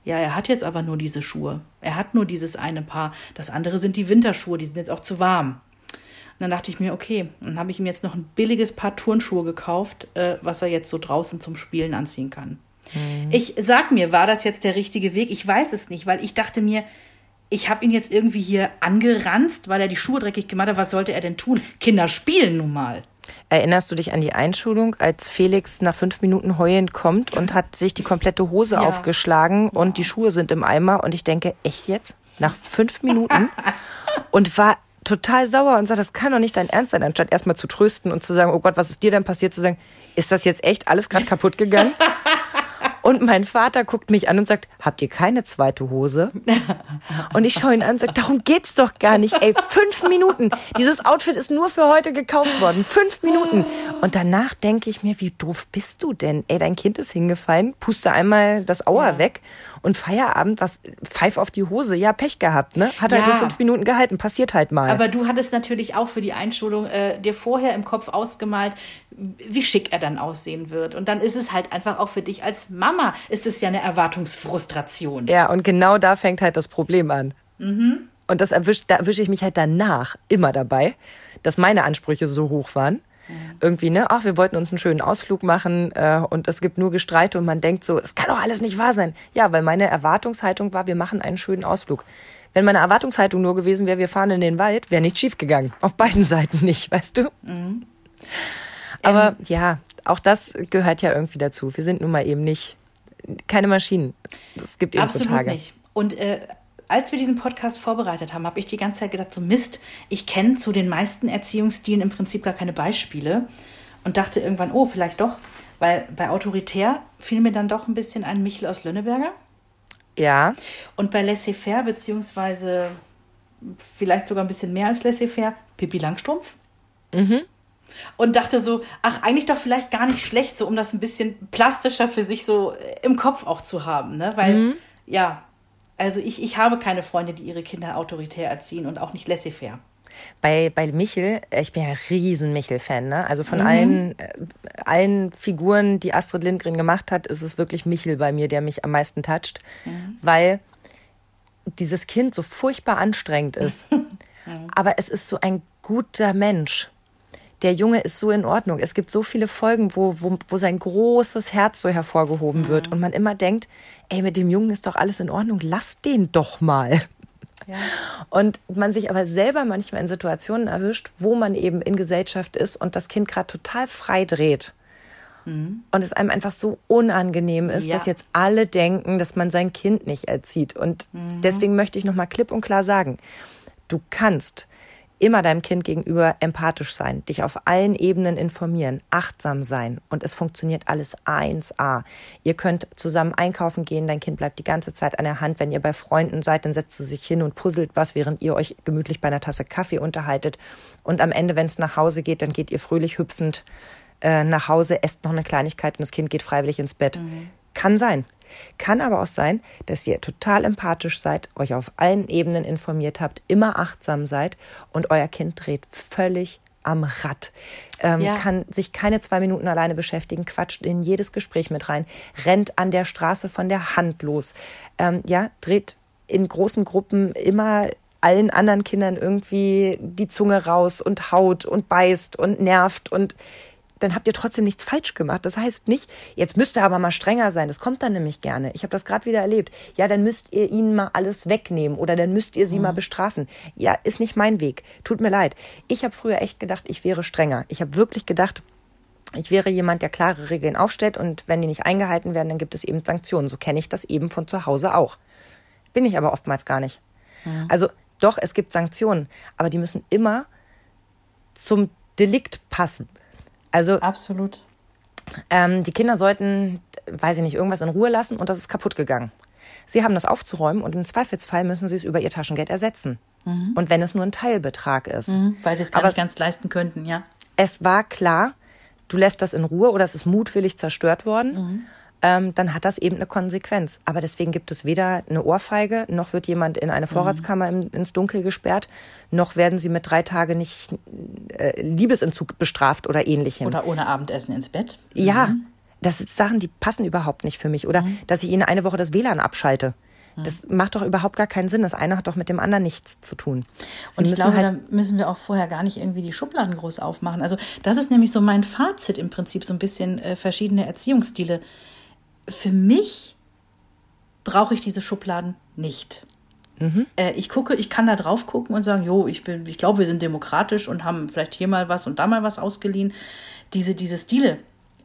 Ja, er hat jetzt aber nur diese Schuhe. Er hat nur dieses eine Paar. Das andere sind die Winterschuhe, die sind jetzt auch zu warm. Und dann dachte ich mir, okay, dann habe ich ihm jetzt noch ein billiges Paar Turnschuhe gekauft, was er jetzt so draußen zum Spielen anziehen kann. Ich sag mir, war das jetzt der richtige Weg? Ich weiß es nicht, weil ich dachte mir, ich habe ihn jetzt irgendwie hier angeranzt, weil er die Schuhe dreckig gemacht hat. Was sollte er denn tun? Kinder spielen nun mal. Erinnerst du dich an die Einschulung, als Felix nach 5 Minuten heulend kommt und hat sich die komplette Hose aufgeschlagen und die Schuhe sind im Eimer und ich denke, echt jetzt? Nach 5 Minuten? Und war total sauer und sagt, das kann doch nicht dein Ernst sein, anstatt erstmal zu trösten und zu sagen, oh Gott, was ist dir denn passiert, zu sagen, ist das jetzt echt alles gerade kaputt gegangen? Und mein Vater guckt mich an und sagt, habt ihr keine zweite Hose? Und ich schaue ihn an und sage, darum geht's doch gar nicht. Ey, 5 Minuten. Dieses Outfit ist nur für heute gekauft worden. 5 Minuten. Und danach denke ich mir, wie doof bist du denn? Ey, dein Kind ist hingefallen, puste einmal das Auer weg und Feierabend, was, pfeif auf die Hose. Ja, Pech gehabt, ne? Hat halt nur 5 Minuten gehalten, passiert halt mal. Aber du hattest natürlich auch für die Einschulung dir vorher im Kopf ausgemalt, wie schick er dann aussehen wird. Und dann ist es halt einfach auch für dich als Mama, ist es ja eine Erwartungsfrustration. Ja, und genau da fängt halt das Problem an. Und da erwische ich mich halt danach immer dabei, dass meine Ansprüche so hoch waren. Irgendwie, ne? Ach, wir wollten uns einen schönen Ausflug machen und es gibt nur Gestreite und man denkt so, es kann doch alles nicht wahr sein. Ja, weil meine Erwartungshaltung war, wir machen einen schönen Ausflug. Wenn meine Erwartungshaltung nur gewesen wäre, wir fahren in den Wald, wäre nichts schief gegangen. Auf beiden Seiten nicht, weißt du? Aber ja, auch das gehört ja irgendwie dazu. Wir sind nun mal eben nicht, keine Maschinen. Es gibt eben so Tage. Absolut nicht. Und als wir diesen Podcast vorbereitet haben, habe ich die ganze Zeit gedacht, so Mist, ich kenne zu den meisten Erziehungsstilen im Prinzip gar keine Beispiele und dachte irgendwann, oh, vielleicht doch, weil bei autoritär fiel mir dann doch ein bisschen ein Michel aus Lönneberger. Ja. Und bei laissez-faire, beziehungsweise vielleicht sogar ein bisschen mehr als laissez-faire, Pippi Langstrumpf. Und dachte so, ach, eigentlich doch vielleicht gar nicht schlecht, so um das ein bisschen plastischer für sich so im Kopf auch zu haben, ne? Weil, ja, also ich habe keine Freunde, die ihre Kinder autoritär erziehen und auch nicht laissez-faire. Bei Michel, ich bin ja ein riesen Michel-Fan, ne? Also von allen Figuren, die Astrid Lindgren gemacht hat, ist es wirklich Michel bei mir, der mich am meisten toucht, weil dieses Kind so furchtbar anstrengend ist. Aber es ist so ein guter Mensch. Der Junge ist so in Ordnung. Es gibt so viele Folgen, wo sein großes Herz so hervorgehoben wird und man immer denkt, ey, mit dem Jungen ist doch alles in Ordnung, lass den doch mal. Ja. Und man sich aber selber manchmal in Situationen erwischt, wo man eben in Gesellschaft ist und das Kind gerade total frei dreht. Und es einem einfach so unangenehm ist, dass jetzt alle denken, dass man sein Kind nicht erzieht. Und deswegen möchte ich nochmal klipp und klar sagen, du kannst immer deinem Kind gegenüber empathisch sein, dich auf allen Ebenen informieren, achtsam sein und es funktioniert alles 1A. Ihr könnt zusammen einkaufen gehen, dein Kind bleibt die ganze Zeit an der Hand. Wenn ihr bei Freunden seid, dann setzt sie sich hin und puzzelt was, während ihr euch gemütlich bei einer Tasse Kaffee unterhaltet. Und am Ende, wenn es nach Hause geht, dann geht ihr fröhlich hüpfend nach Hause, esst noch eine Kleinigkeit und das Kind geht freiwillig ins Bett. Kann sein. Kann aber auch sein, dass ihr total empathisch seid, euch auf allen Ebenen informiert habt, immer achtsam seid und euer Kind dreht völlig am Rad. Kann sich keine 2 Minuten alleine beschäftigen, quatscht in jedes Gespräch mit rein, rennt an der Straße von der Hand los. Dreht in großen Gruppen immer allen anderen Kindern irgendwie die Zunge raus und haut und beißt und nervt und dann habt ihr trotzdem nichts falsch gemacht. Das heißt nicht, jetzt müsst ihr aber mal strenger sein. Das kommt dann nämlich gerne. Ich habe das gerade wieder erlebt. Ja, dann müsst ihr ihnen mal alles wegnehmen oder dann müsst ihr sie mal bestrafen. Ja, ist nicht mein Weg. Tut mir leid. Ich habe früher echt gedacht, ich wäre strenger. Ich habe wirklich gedacht, ich wäre jemand, der klare Regeln aufstellt und wenn die nicht eingehalten werden, dann gibt es eben Sanktionen. So kenne ich das eben von zu Hause auch. Bin ich aber oftmals gar nicht. Also doch, es gibt Sanktionen, aber die müssen immer zum Delikt passen. Also absolut. Die Kinder sollten, weiß ich nicht, irgendwas in Ruhe lassen und das ist kaputt gegangen. Sie haben das aufzuräumen und im Zweifelsfall müssen sie es über ihr Taschengeld ersetzen. Und wenn es nur ein Teilbetrag ist. Weil sie es gar nicht ganz leisten könnten, ja. Es war klar, du lässt das in Ruhe oder es ist mutwillig zerstört worden. Dann hat das eben eine Konsequenz. Aber deswegen gibt es weder eine Ohrfeige, noch wird jemand in eine Vorratskammer ins Dunkel gesperrt, noch werden sie mit 3 Tagen nicht Liebesentzug bestraft oder ähnlichem. Oder ohne Abendessen ins Bett. Ja, Das sind Sachen, die passen überhaupt nicht für mich. Oder dass ich ihnen eine Woche das WLAN abschalte. Das macht doch überhaupt gar keinen Sinn. Das eine hat doch mit dem anderen nichts zu tun. Und ich glaube, da müssen wir auch vorher gar nicht irgendwie die Schubladen groß aufmachen. Also das ist nämlich so mein Fazit im Prinzip, so ein bisschen verschiedene Erziehungsstile. Für mich brauche ich diese Schubladen nicht. Ich kann da drauf gucken und sagen, ich glaube, wir sind demokratisch und haben vielleicht hier mal was und da mal was ausgeliehen. Diese Stile,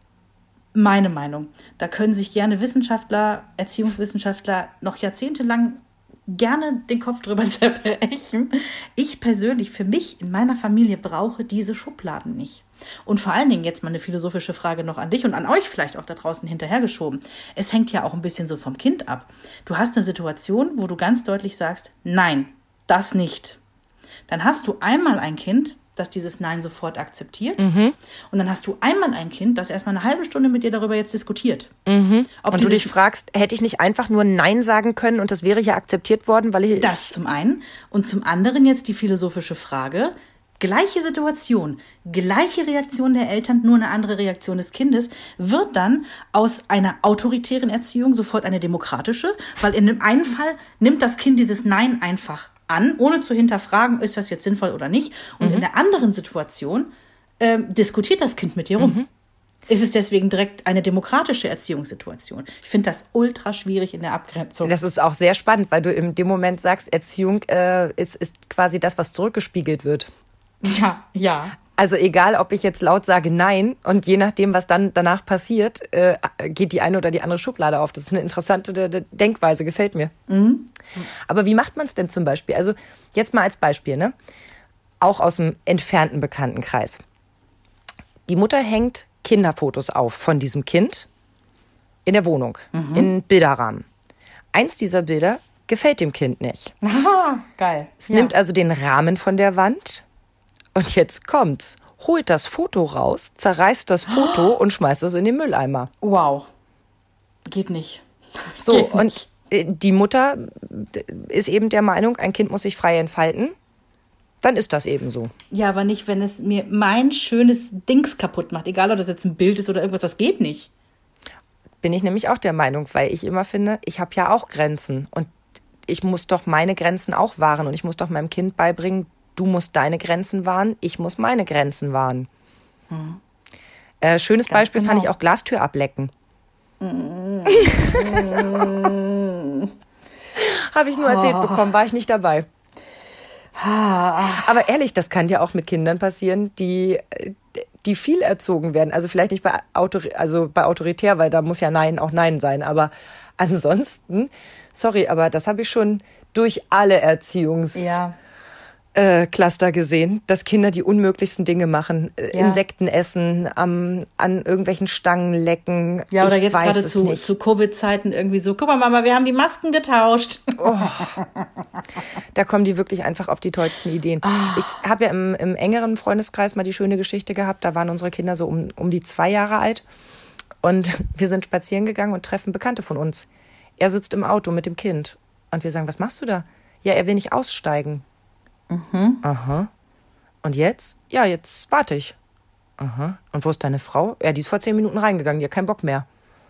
meine Meinung, da können sich gerne Wissenschaftler, Erziehungswissenschaftler noch jahrzehntelang gerne den Kopf drüber zerbrechen. Ich persönlich, für mich, in meiner Familie, brauche diese Schubladen nicht. Und vor allen Dingen jetzt mal eine philosophische Frage noch an dich und an euch vielleicht auch da draußen hinterhergeschoben. Es hängt ja auch ein bisschen so vom Kind ab. Du hast eine Situation, wo du ganz deutlich sagst, nein, das nicht. Dann hast du einmal ein Kind, das dieses Nein sofort akzeptiert. Und dann hast du einmal ein Kind, das erstmal eine halbe Stunde mit dir darüber jetzt diskutiert. Ob und du dich fragst, hätte ich nicht einfach nur Nein sagen können und das wäre ja akzeptiert worden, weil ich... Das zum einen. Und zum anderen jetzt die philosophische Frage, gleiche Situation, gleiche Reaktion der Eltern, nur eine andere Reaktion des Kindes, wird dann aus einer autoritären Erziehung sofort eine demokratische, weil in dem einen Fall nimmt das Kind dieses Nein einfach an, ohne zu hinterfragen, ist das jetzt sinnvoll oder nicht. Und in der anderen Situation diskutiert das Kind mit dir rum. Ist es deswegen direkt eine demokratische Erziehungssituation? Ich finde das ultra schwierig in der Abgrenzung. Das ist auch sehr spannend, weil du in dem Moment sagst, Erziehung ist quasi das, was zurückgespiegelt wird. Ja. Also egal, ob ich jetzt laut sage Nein und je nachdem, was dann danach passiert, geht die eine oder die andere Schublade auf. Das ist eine interessante Denkweise, gefällt mir. Aber wie macht man es denn zum Beispiel? Also jetzt mal als Beispiel, ne? Auch aus dem entfernten Bekanntenkreis. Die Mutter hängt Kinderfotos auf von diesem Kind in der Wohnung, in Bilderrahmen. Eins dieser Bilder gefällt dem Kind nicht. Aha, geil. Es nimmt also den Rahmen von der Wand. Und jetzt kommt's. Holt das Foto raus, zerreißt das Foto und schmeißt es in den Mülleimer. Wow. Geht nicht. So, geht nicht. Und die Mutter ist eben der Meinung, ein Kind muss sich frei entfalten. Dann ist das eben so. Ja, aber nicht, wenn es mir mein schönes Dings kaputt macht. Egal, ob das jetzt ein Bild ist oder irgendwas, das geht nicht. Bin ich nämlich auch der Meinung, weil ich immer finde, ich habe ja auch Grenzen. Und ich muss doch meine Grenzen auch wahren. Und ich muss doch meinem Kind beibringen, du musst deine Grenzen wahren, ich muss meine Grenzen wahren. Schönes Ganz Beispiel fand ich auch Glastür ablecken. Habe ich nur erzählt bekommen, war ich nicht dabei. Aber ehrlich, das kann ja auch mit Kindern passieren, die viel erzogen werden. Also vielleicht nicht bei autoritär, weil da muss ja Nein auch Nein sein. Aber ansonsten, sorry, aber das habe ich schon durch alle Cluster gesehen, dass Kinder die unmöglichsten Dinge machen. Insekten essen, an irgendwelchen Stangen lecken. Ja, oder jetzt gerade zu Covid-Zeiten irgendwie so, guck mal Mama, wir haben die Masken getauscht. Oh. Da kommen die wirklich einfach auf die tollsten Ideen. Ich habe ja im engeren Freundeskreis mal die schöne Geschichte gehabt, da waren unsere Kinder so um die 2 Jahre alt und wir sind spazieren gegangen und treffen Bekannte von uns. Er sitzt im Auto mit dem Kind und wir sagen, was machst du da? Ja, er will nicht aussteigen. Aha. Und jetzt? Ja, jetzt warte ich. Aha. Und wo ist deine Frau? Ja, die ist vor 10 Minuten reingegangen, die hat keinen Bock mehr.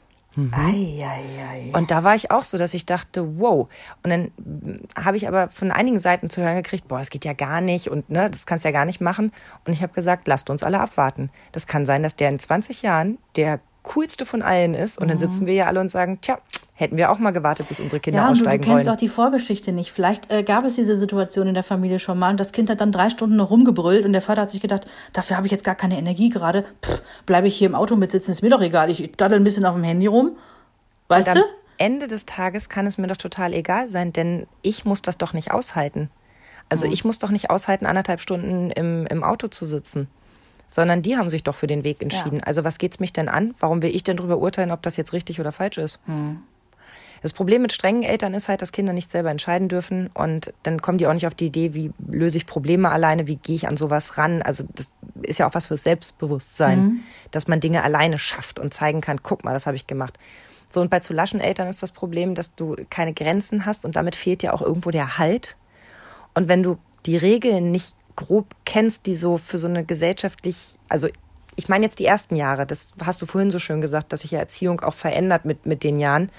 Und da war ich auch so, dass ich dachte, wow. Und dann habe ich aber von einigen Seiten zu hören gekriegt, boah, das geht ja gar nicht und ne, das kannst du ja gar nicht machen. Und ich habe gesagt, lasst uns alle abwarten. Das kann sein, dass der in 20 Jahren der coolste von allen ist und dann sitzen wir ja alle und sagen, tja, hätten wir auch mal gewartet, bis unsere Kinder aussteigen wollen. Ja, du kennst auch die Vorgeschichte nicht. Vielleicht gab es diese Situation in der Familie schon mal und das Kind hat dann 3 Stunden noch rumgebrüllt und der Vater hat sich gedacht, dafür habe ich jetzt gar keine Energie gerade. Bleibe ich hier im Auto mitsitzen, ist mir doch egal. Ich daddel ein bisschen auf dem Handy rum. Weißt du? Am Ende des Tages kann es mir doch total egal sein, denn ich muss das doch nicht aushalten. Also ich muss doch nicht aushalten, 1,5 Stunden im Auto zu sitzen. Sondern die haben sich doch für den Weg entschieden. Ja. Also was geht's mich denn an? Warum will ich denn darüber urteilen, ob das jetzt richtig oder falsch ist? Das Problem mit strengen Eltern ist halt, dass Kinder nicht selber entscheiden dürfen und dann kommen die auch nicht auf die Idee, wie löse ich Probleme alleine, wie gehe ich an sowas ran. Also das ist ja auch was fürs Selbstbewusstsein, dass man Dinge alleine schafft und zeigen kann, guck mal, das habe ich gemacht. So, und bei zu laschen Eltern ist das Problem, dass du keine Grenzen hast und damit fehlt dir auch irgendwo der Halt. Und wenn du die Regeln nicht grob kennst, die so für so eine gesellschaftlich, also ich meine jetzt die ersten Jahre, das hast du vorhin so schön gesagt, dass sich ja Erziehung auch verändert mit den Jahren.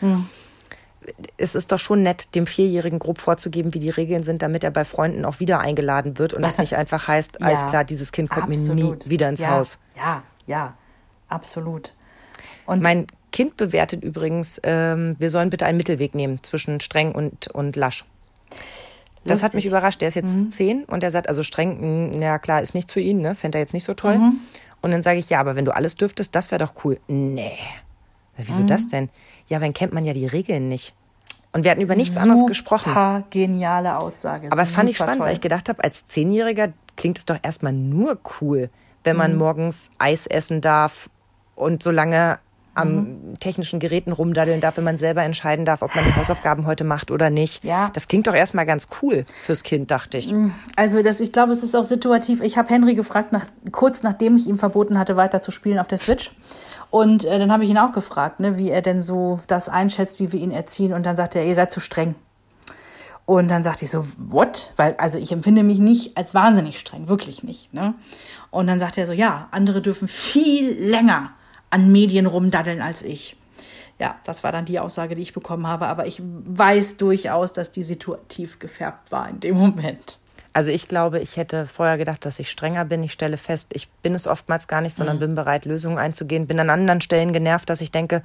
Es ist doch schon nett, dem 4-Jährigen grob vorzugeben, wie die Regeln sind, damit er bei Freunden auch wieder eingeladen wird und das nicht einfach heißt, alles klar, dieses Kind kommt mir nie wieder ins Haus. Ja, absolut. Und mein Kind bewertet übrigens, wir sollen bitte einen Mittelweg nehmen zwischen streng und lasch. Das hat mich überrascht. Der ist jetzt 10 und er sagt, also streng, ja klar, ist nichts für ihn, ne? Fände er jetzt nicht so toll. Und dann sage ich, ja, aber wenn du alles dürftest, das wäre doch cool. Nee. Wieso das denn? Ja, dann kennt man ja die Regeln nicht. Und wir hatten über nichts anderes gesprochen. Super geniale Aussage. Aber das fand ich spannend, weil ich gedacht habe, als 10-Jähriger klingt es doch erstmal nur cool, wenn man morgens Eis essen darf und so lange am technischen Geräten rumdaddeln darf, wenn man selber entscheiden darf, ob man die Hausaufgaben heute macht oder nicht. Ja. Das klingt doch erstmal ganz cool fürs Kind, dachte ich. Also ich glaube, es ist auch situativ. Ich habe Henry gefragt, kurz nachdem ich ihm verboten hatte, weiter zu spielen auf der Switch. Und dann habe ich ihn auch gefragt, ne, wie er denn so das einschätzt, wie wir ihn erziehen. Und dann sagte er, ihr seid zu streng. Und dann sagte ich so, what? Weil, also ich empfinde mich nicht als wahnsinnig streng, wirklich nicht. Ne? Und dann sagte er so, ja, andere dürfen viel länger an Medien rumdaddeln als ich. Ja, das war dann die Aussage, die ich bekommen habe. Aber ich weiß durchaus, dass die situativ gefärbt war in dem Moment. Also ich glaube, ich hätte vorher gedacht, dass ich strenger bin. Ich stelle fest, ich bin es oftmals gar nicht, sondern bin bereit, Lösungen einzugehen. Bin an anderen Stellen genervt, dass ich denke,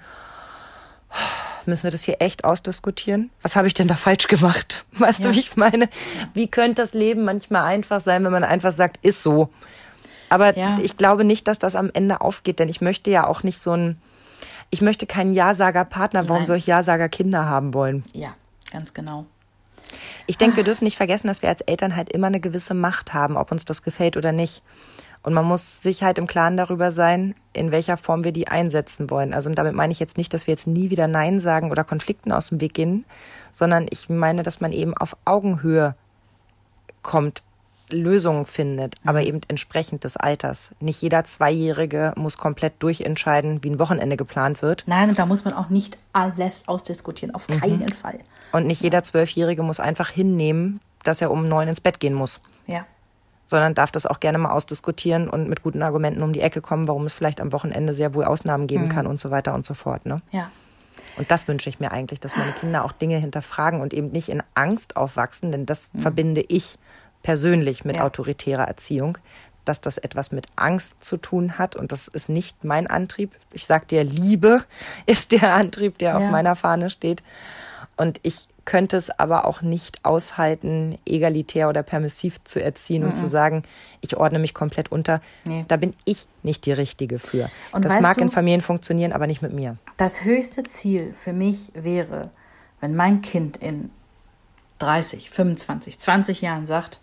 müssen wir das hier echt ausdiskutieren? Was habe ich denn da falsch gemacht? Weißt du, wie ich meine? Wie könnte das Leben manchmal einfach sein, wenn man einfach sagt, ist so. Aber ich glaube nicht, dass das am Ende aufgeht, denn ich möchte ja auch nicht ich möchte keinen Ja-Sager-Partner. Warum soll ich Ja-Sager-Kinder haben wollen? Ja, ganz genau. Ich denke, wir dürfen nicht vergessen, dass wir als Eltern halt immer eine gewisse Macht haben, ob uns das gefällt oder nicht. Und man muss sich halt im Klaren darüber sein, in welcher Form wir die einsetzen wollen. Also und damit meine ich jetzt nicht, dass wir jetzt nie wieder Nein sagen oder Konflikten aus dem Weg gehen, sondern ich meine, dass man eben auf Augenhöhe kommt, Lösungen findet, aber eben entsprechend des Alters. Nicht jeder 2-Jährige muss komplett durchentscheiden, wie ein Wochenende geplant wird. Nein, und da muss man auch nicht alles ausdiskutieren, auf keinen Fall. Und nicht jeder 12-Jährige muss einfach hinnehmen, dass er um 9 ins Bett gehen muss. Ja. Sondern darf das auch gerne mal ausdiskutieren und mit guten Argumenten um die Ecke kommen, warum es vielleicht am Wochenende sehr wohl Ausnahmen geben kann und so weiter und so fort. Ne? Ja. Und das wünsche ich mir eigentlich, dass meine Kinder auch Dinge hinterfragen und eben nicht in Angst aufwachsen, denn das verbinde ich persönlich mit autoritärer Erziehung, dass das etwas mit Angst zu tun hat und das ist nicht mein Antrieb. Ich sag dir, Liebe ist der Antrieb, der auf meiner Fahne steht. Und ich könnte es aber auch nicht aushalten, egalitär oder permissiv zu erziehen und zu sagen, ich ordne mich komplett unter. Nee. Da bin ich nicht die Richtige für. Und das mag in Familien funktionieren, aber nicht mit mir. Das höchste Ziel für mich wäre, wenn mein Kind in 30, 25, 20 Jahren sagt,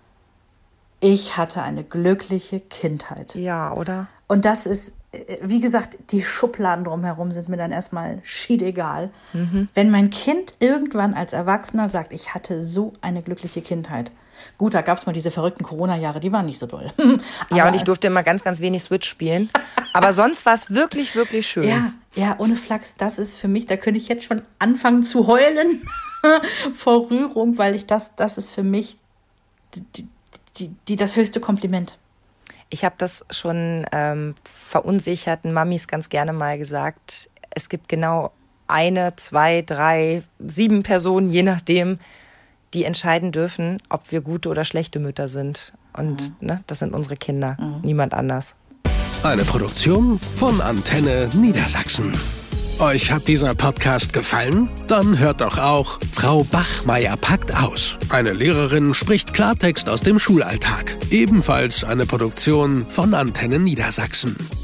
ich hatte eine glückliche Kindheit. Ja, oder? Und das ist, wie gesagt, die Schubladen drumherum sind mir dann erstmal schiedegal. Wenn mein Kind irgendwann als Erwachsener sagt, ich hatte so eine glückliche Kindheit. Gut, da gab es mal diese verrückten Corona-Jahre, die waren nicht so doll. Ja, und ich durfte immer ganz, ganz wenig Switch spielen. Aber sonst war es wirklich, wirklich schön. Ja, ohne Flachs, das ist für mich, da könnte ich jetzt schon anfangen zu heulen vor Rührung, weil das ist für mich das höchste Kompliment. Ich habe das schon verunsicherten Mamis ganz gerne mal gesagt. Es gibt genau 1, 2, 3, 7 Personen, je nachdem, die entscheiden dürfen, ob wir gute oder schlechte Mütter sind. Und das sind unsere Kinder, niemand anders. Eine Produktion von Antenne Niedersachsen. Euch hat dieser Podcast gefallen? Dann hört doch auch Frau Bachmeier packt aus. Eine Lehrerin spricht Klartext aus dem Schulalltag. Ebenfalls eine Produktion von Antenne Niedersachsen.